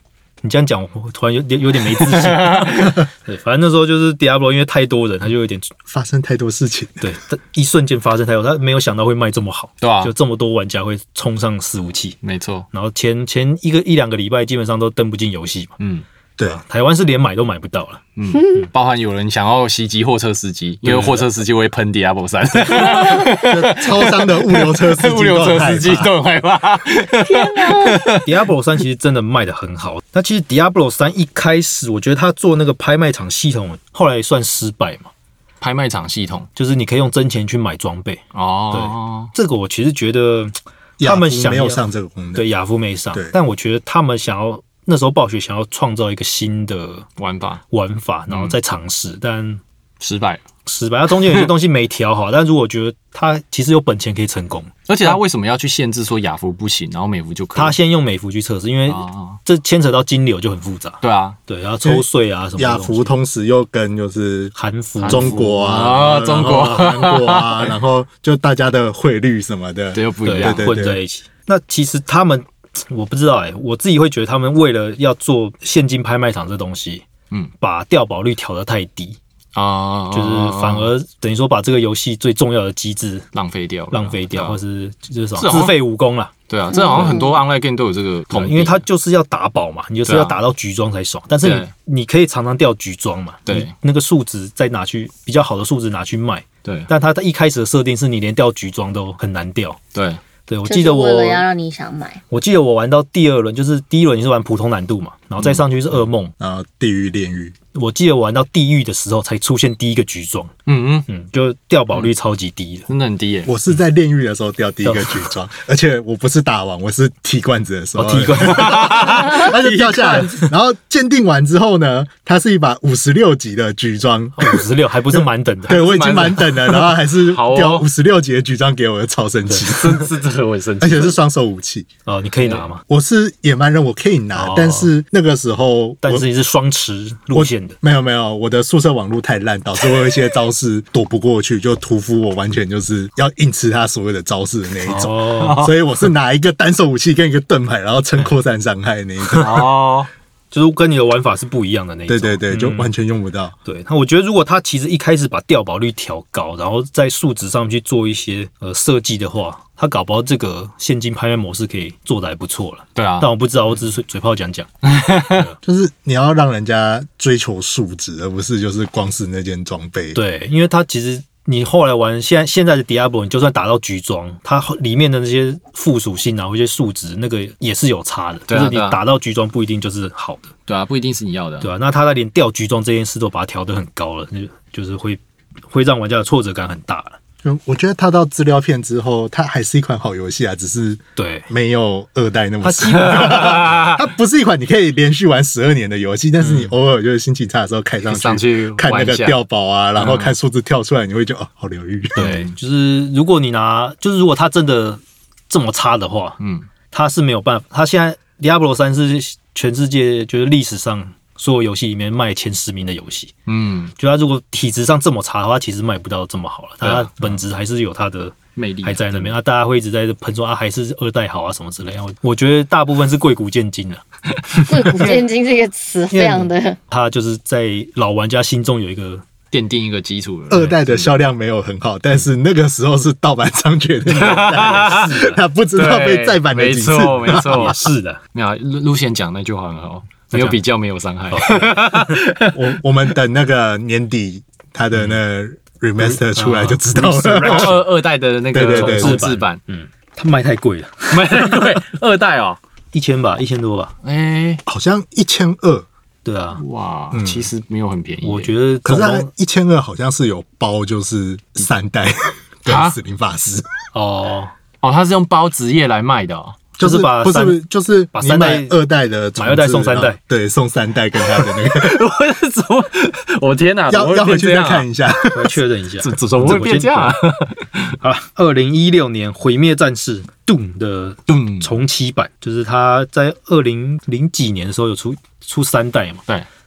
你这样讲，我突然有点有点没自信。对，反正那时候就是 Diablo， 因为太多人，他就有点发生太多事情。 对，一瞬间发生太多，他没有想到会卖这么好， 对啊， 就这么多玩家会冲上伺服器， 没错。 然后前前一个一两个礼拜基本上都登不进游戏嘛。 嗯。 对， 台湾是连买都买不到了。 嗯，包含有人想要袭击货车司机，因为货车司机会喷 Diablo 三， 超商的物流车司机， 物流车司机都很害怕。 天哪 ！Diablo 三其实真的卖得很好。那其实 Diablo 三一开始，我觉得他做那个拍卖场系统，后来算失败嘛。 拍卖场系统就是你可以用真钱去买装备哦。 对，这个我其实觉得他们想没有上这个功能， 对，雅夫没上，但我觉得他们想要。那时候暴雪想要创造一个新的玩法， 玩法，然后再尝试，嗯，但失败了。 失败，它中间有些东西没调好。但如果我觉得它其实有本钱可以成功， 而且它为什么要去限制说雅服不行，然后美服就可以？ 他先用美服去测试，因为这牵扯到金流就很复杂。 对啊， 对，然后抽税啊什么。 雅服同时又跟就是韩服、 中国啊、 中国、 韩国啊，然后就大家的汇率什么的， 对，又不一样， 混在一起。那其实他们。我不知道哎、欸，我自己会觉得他们为了要做现金拍卖场这东西，嗯，把掉保率调得太低啊，就是反而等于说把这个游戏最重要的机制浪费掉， 浪费掉，或是就是什么自废武功啦。 对啊，这好像很多 online game 都有这个通病， 因为它就是要打宝嘛，你就是要打到局装才爽。但是你你可以常常掉局装嘛， 对， 那个数值再拿去比较好的数值拿去卖， 对。 但它一开始的设定是你连掉局装都很难掉， 对。 对，我记得我为了要让你想买， 我记得我玩到第二轮，就是第一轮你是玩普通难度嘛，然后再上去是噩梦， 然后地狱炼狱。 我记得我玩到地狱的时候才出现第一个局装， 嗯嗯嗯，就掉保率超级低的， 真的很低耶。 我是在炼狱的时候掉第一个局装，而且我不是打完，我是踢罐子的时候， 踢罐子， 它就掉下来。然后鉴定完之后呢，它是一把五十六级的局装， 五十六还不是满等的， 对我已经满等了，然后还是掉五十六级的局装给我，的超生气， 是是这个我生气， 而且是双手武器哦，你可以拿吗？ 我是野蛮人，我可以拿，但是那个时候， 但是你是双持路线的， 没有没有。我的宿舍网络太烂，导致我有一些招式躲不过去，就屠夫我完全就是要硬吃他所有的招式的那一种，哦、所以我是拿一个单手武器跟一个盾牌，然后撑扩散伤害的那一种。哦， 就是跟你的玩法是不一样的那一种。 对对对，就完全用不到。 嗯、对，那我觉得如果他其实一开始把掉保率调高，然后在数值上去做一些呃设计的话。他搞不好这个现金拍卖模式可以做得还不错了， 对啊， 但我不知道，我只是嘴炮讲讲， 就是你要让人家追求数值，而不是就是光是那件装备。 对，因为他其实你后来玩现在现在的 Diablo， 你就算打到局装，它里面的那些附属性啊，或一些数值，那个也是有差的， 对啊、 就是你打到局装不一定就是好的， 对啊，不一定是你要的、啊， 对啊，那他在连掉局装这件事都把它调得很高了，就就是会会让玩家的挫折感很大了。 我觉得他到资料片之后，它还是一款好游戏啊，只是对没有二代那么喜欢。它不是一款你可以连续玩十二年的游戏，但是你偶尔就是心情差的时候开上去， 上去看那个掉宝啊，然后看数字跳出来，你会觉得哦，好疗愈。 对，就是如果你拿，就是如果它真的这么差的话，嗯，它是没有办法。它现在 Diablo 三是全世界就是历史上。所有游戏里面卖前十名的游戏，嗯，就它如果体质上这么差的话，其实卖不到这么好了。它本质还是有它的魅力， 还在那边。啊，大家会一直在喷说啊，还是二代好啊什么之类的。我觉得大部分是贵古见今了。 贵古见今这个词非常的， 它就是在老玩家心中有一个奠定一个基础了。 二代的销量没有很好，但是那个时候是盗版猖獗的年代，他不知道被再版了几次。 没错，没错， 也是的。 没有，陆贤讲那句话很好。没有比较，没有伤害。 我我们等那个年底他的那 remaster 出来就知道了。 二二代的那个重制版， 嗯，它卖太贵了， 卖太贵。二代哦， 一千吧，一千多吧。 哎， 好像一千二。 对啊， 哇，其实没有很便宜。 我觉得， 可是一千二好像是有包，就是三代跟死灵法师。 哦哦，他是用包职业来卖的哦。 就是把不是就是把三代二代的买二代送三代， 对，送三代跟他的那个， 我怎么？我天哪！ 要要回去再看一下， 确认一下， 怎么会变这样？ 好了，二零一六年《毁灭战士》Doom 的 Doom 重启版，就是他在二零零几年的时候有出出三代嘛， 对。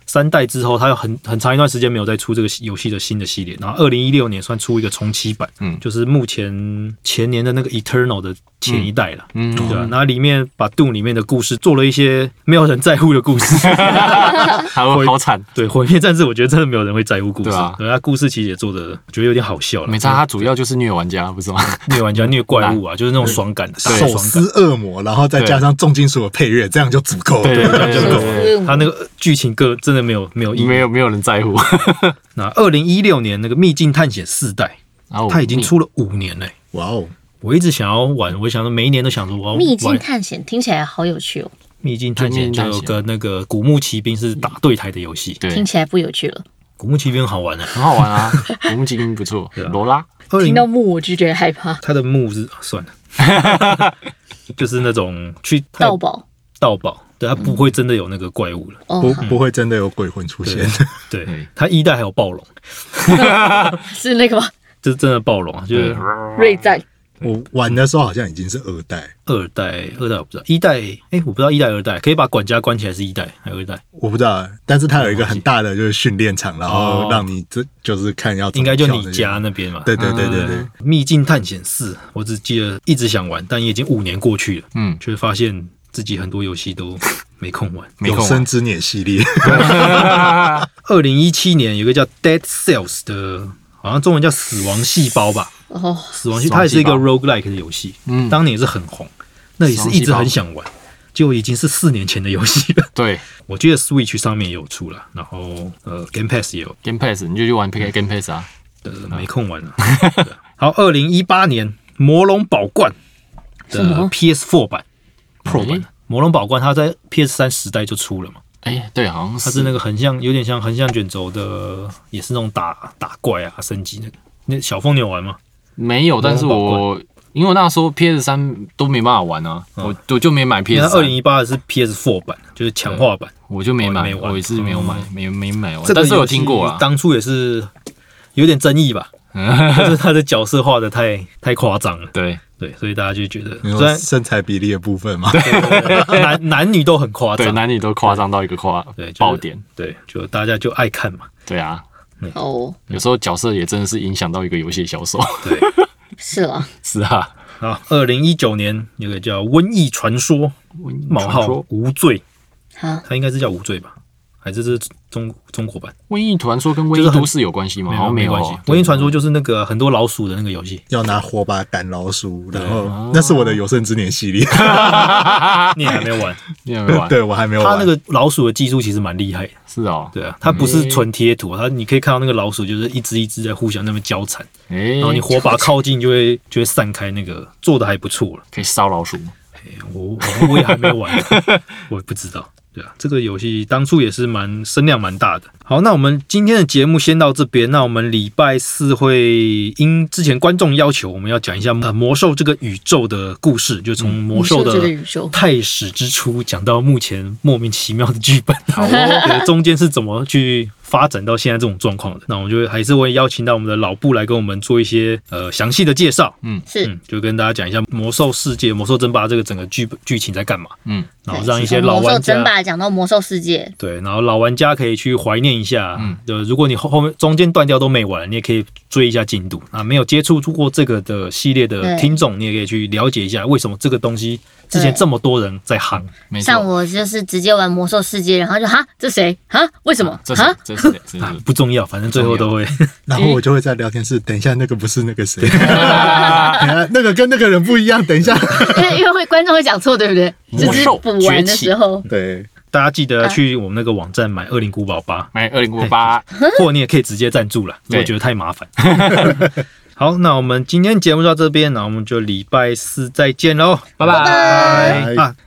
三代之后，它有很很长一段时间没有再出这个游戏的新的系列，然后二零一六年算出一个重启版，嗯，就是目前前年的那个 Eternal 的前一代了，嗯，对吧、啊？那里面把 Doom 里面的故事做了一些没有人在乎的故事， 好好惨。 对，毁灭战士我觉得真的没有人会在乎故事，对啊， 他故事其实也做的，我觉得有点好笑了。 没差，他主要就是虐玩家，不是吗？ 虐玩家、虐怪物啊，就是那种爽感的， 手撕恶魔，然后再加上重金属的配乐，这样就足够了， 对，这样就够了。他那个剧情个真的没有没有意义， 没有没有人在乎。 那二零一六年那个《秘境探险四代》，它已经出了五年嘞， 哇哦！ 我一直想要玩，我想说每一年都想说我要玩。 秘境探险听起来好有趣哦。 秘境探险就有个那个古墓奇兵是打对台的游戏， 听起来不有趣了。 古墓奇兵好玩啊， 很好玩啊，古墓奇兵不错。罗拉， 听到墓我就觉得害怕。 他的墓是算了，就是那种去盗宝， 盗宝。对，它不会真的有那个怪物了， 嗯、不不会真的有鬼魂出现。 对，对它一代还有暴龙， 是那个吗？ 这是真的暴龙啊，就是瑞战。 我玩的时候好像已经是二代， 二代二代我不知道，一代哎、欸、我不知道一代二代，可以把管家关起来是一代还是二代？ 我不知道，但是它有一个很大的就是训练场，然后让你这就是看要怎么应该就你家那边嘛。 对对对对对。 秘境探险四，我只记得一直想玩，但也已经五年过去了，嗯，却发现自己很多游戏都没空玩。 永生之年系列， 二零一七年有个叫 Dead Cells 的，好像中文叫死亡细胞吧。哦，死亡细胞它也是一个 roguelike 的游戏，嗯，当年也是很红，那也是一直很想玩，结果已经是四年前的游戏了。 对， 我记得 Switch 上面也有出了，然后呃 Game Pass 也有 Game Pass， 你就去玩 Game Pass 啊。 呃，没空玩了。好，二零一八年《魔龙宝冠》的 P S 四 版 Pro 版，《魔龙宝冠》它在 P S 三时代就出了嘛？ 哎、欸，对，好像是。 它是那个很像，有点像横向卷轴的，也是那种打打怪啊、升级那个。那小凤你有玩吗？ 没有，但是我因为我那时候 P S 三 都没办法玩啊，嗯、我我就没买 P S 三。 二零一八的是 P S 四 版，就是强化版， 我就没买，我也是没有买，嗯、没没买完。但是有听过啊， 当初也是有点争议吧，就是他的角色画的太太夸张了。 对对，所以大家就觉得， 虽然身材比例的部分嘛， 对对对男男女都很夸张， 对，男女都夸张到一个夸对爆点， 对，就大家就爱看嘛。 对啊。 哦， 有时候角色也真的是影响到一个游戏销售。 对， 是啊， 是啊。 好，二零一九年有个叫《瘟疫传说》，冒号无罪，它应该是叫无罪吧？还是是中中国版？ 瘟疫传说跟瘟疫都市有关系吗？ 没有，没关系。瘟疫传说就是那个很多老鼠的那个游戏， 要拿火把赶老鼠，然后那是我的有生之年系列。 你还没玩？ 你还没玩？ 对，我还没有玩。 它那个老鼠的技术其实蛮厉害的。 是哦， 对啊，它不是纯贴图，它你可以看到那个老鼠就是一只一只在互相那边交缠，然后你火把靠近就会就会散开，那个做的还不错了。 可以烧老鼠吗？ 我我也还没玩，我也不知道。对啊，这个游戏当初也是蛮声量蛮大的。好，那我们今天的节目先到这边。那我们礼拜四会因之前观众要求，我们要讲一下呃魔兽这个宇宙的故事，就从魔兽的太始之初讲到目前莫名其妙的剧本，好哦，中间是怎么去发展到现在这种状况的。那我们就还是会邀请到我们的老布来跟我们做一些呃详细的介绍。 嗯，是、嗯， 就跟大家讲一下魔兽世界、魔兽争霸这个整个剧剧情在干嘛。嗯，然后让一些老玩家讲到魔兽世界， 对，然后老玩家可以去怀念一下，嗯，就如果你后后面中间断掉都没玩，你也可以追一下进度啊。没有接触过这个的系列的听众，你也可以去了解一下为什么这个东西之前这么多人在夯。 像我就是直接玩魔兽世界，然后就哈这谁哈为什么哈这是这是不重要，反正最后都会。 然后我就会在聊天室，等一下那个不是那个谁，等一下那个跟那个人不一样，等一下， 因为因为会观众会讲错，对不对？就是补完的时候， 对。 大家记得去我们那个网站买《恶灵古堡八》， 买《恶灵古堡八》， 或你也可以直接赞助了，如果觉得太麻烦。好，那我们今天节目到这边，那我们就礼拜四再见喽， 拜拜啊！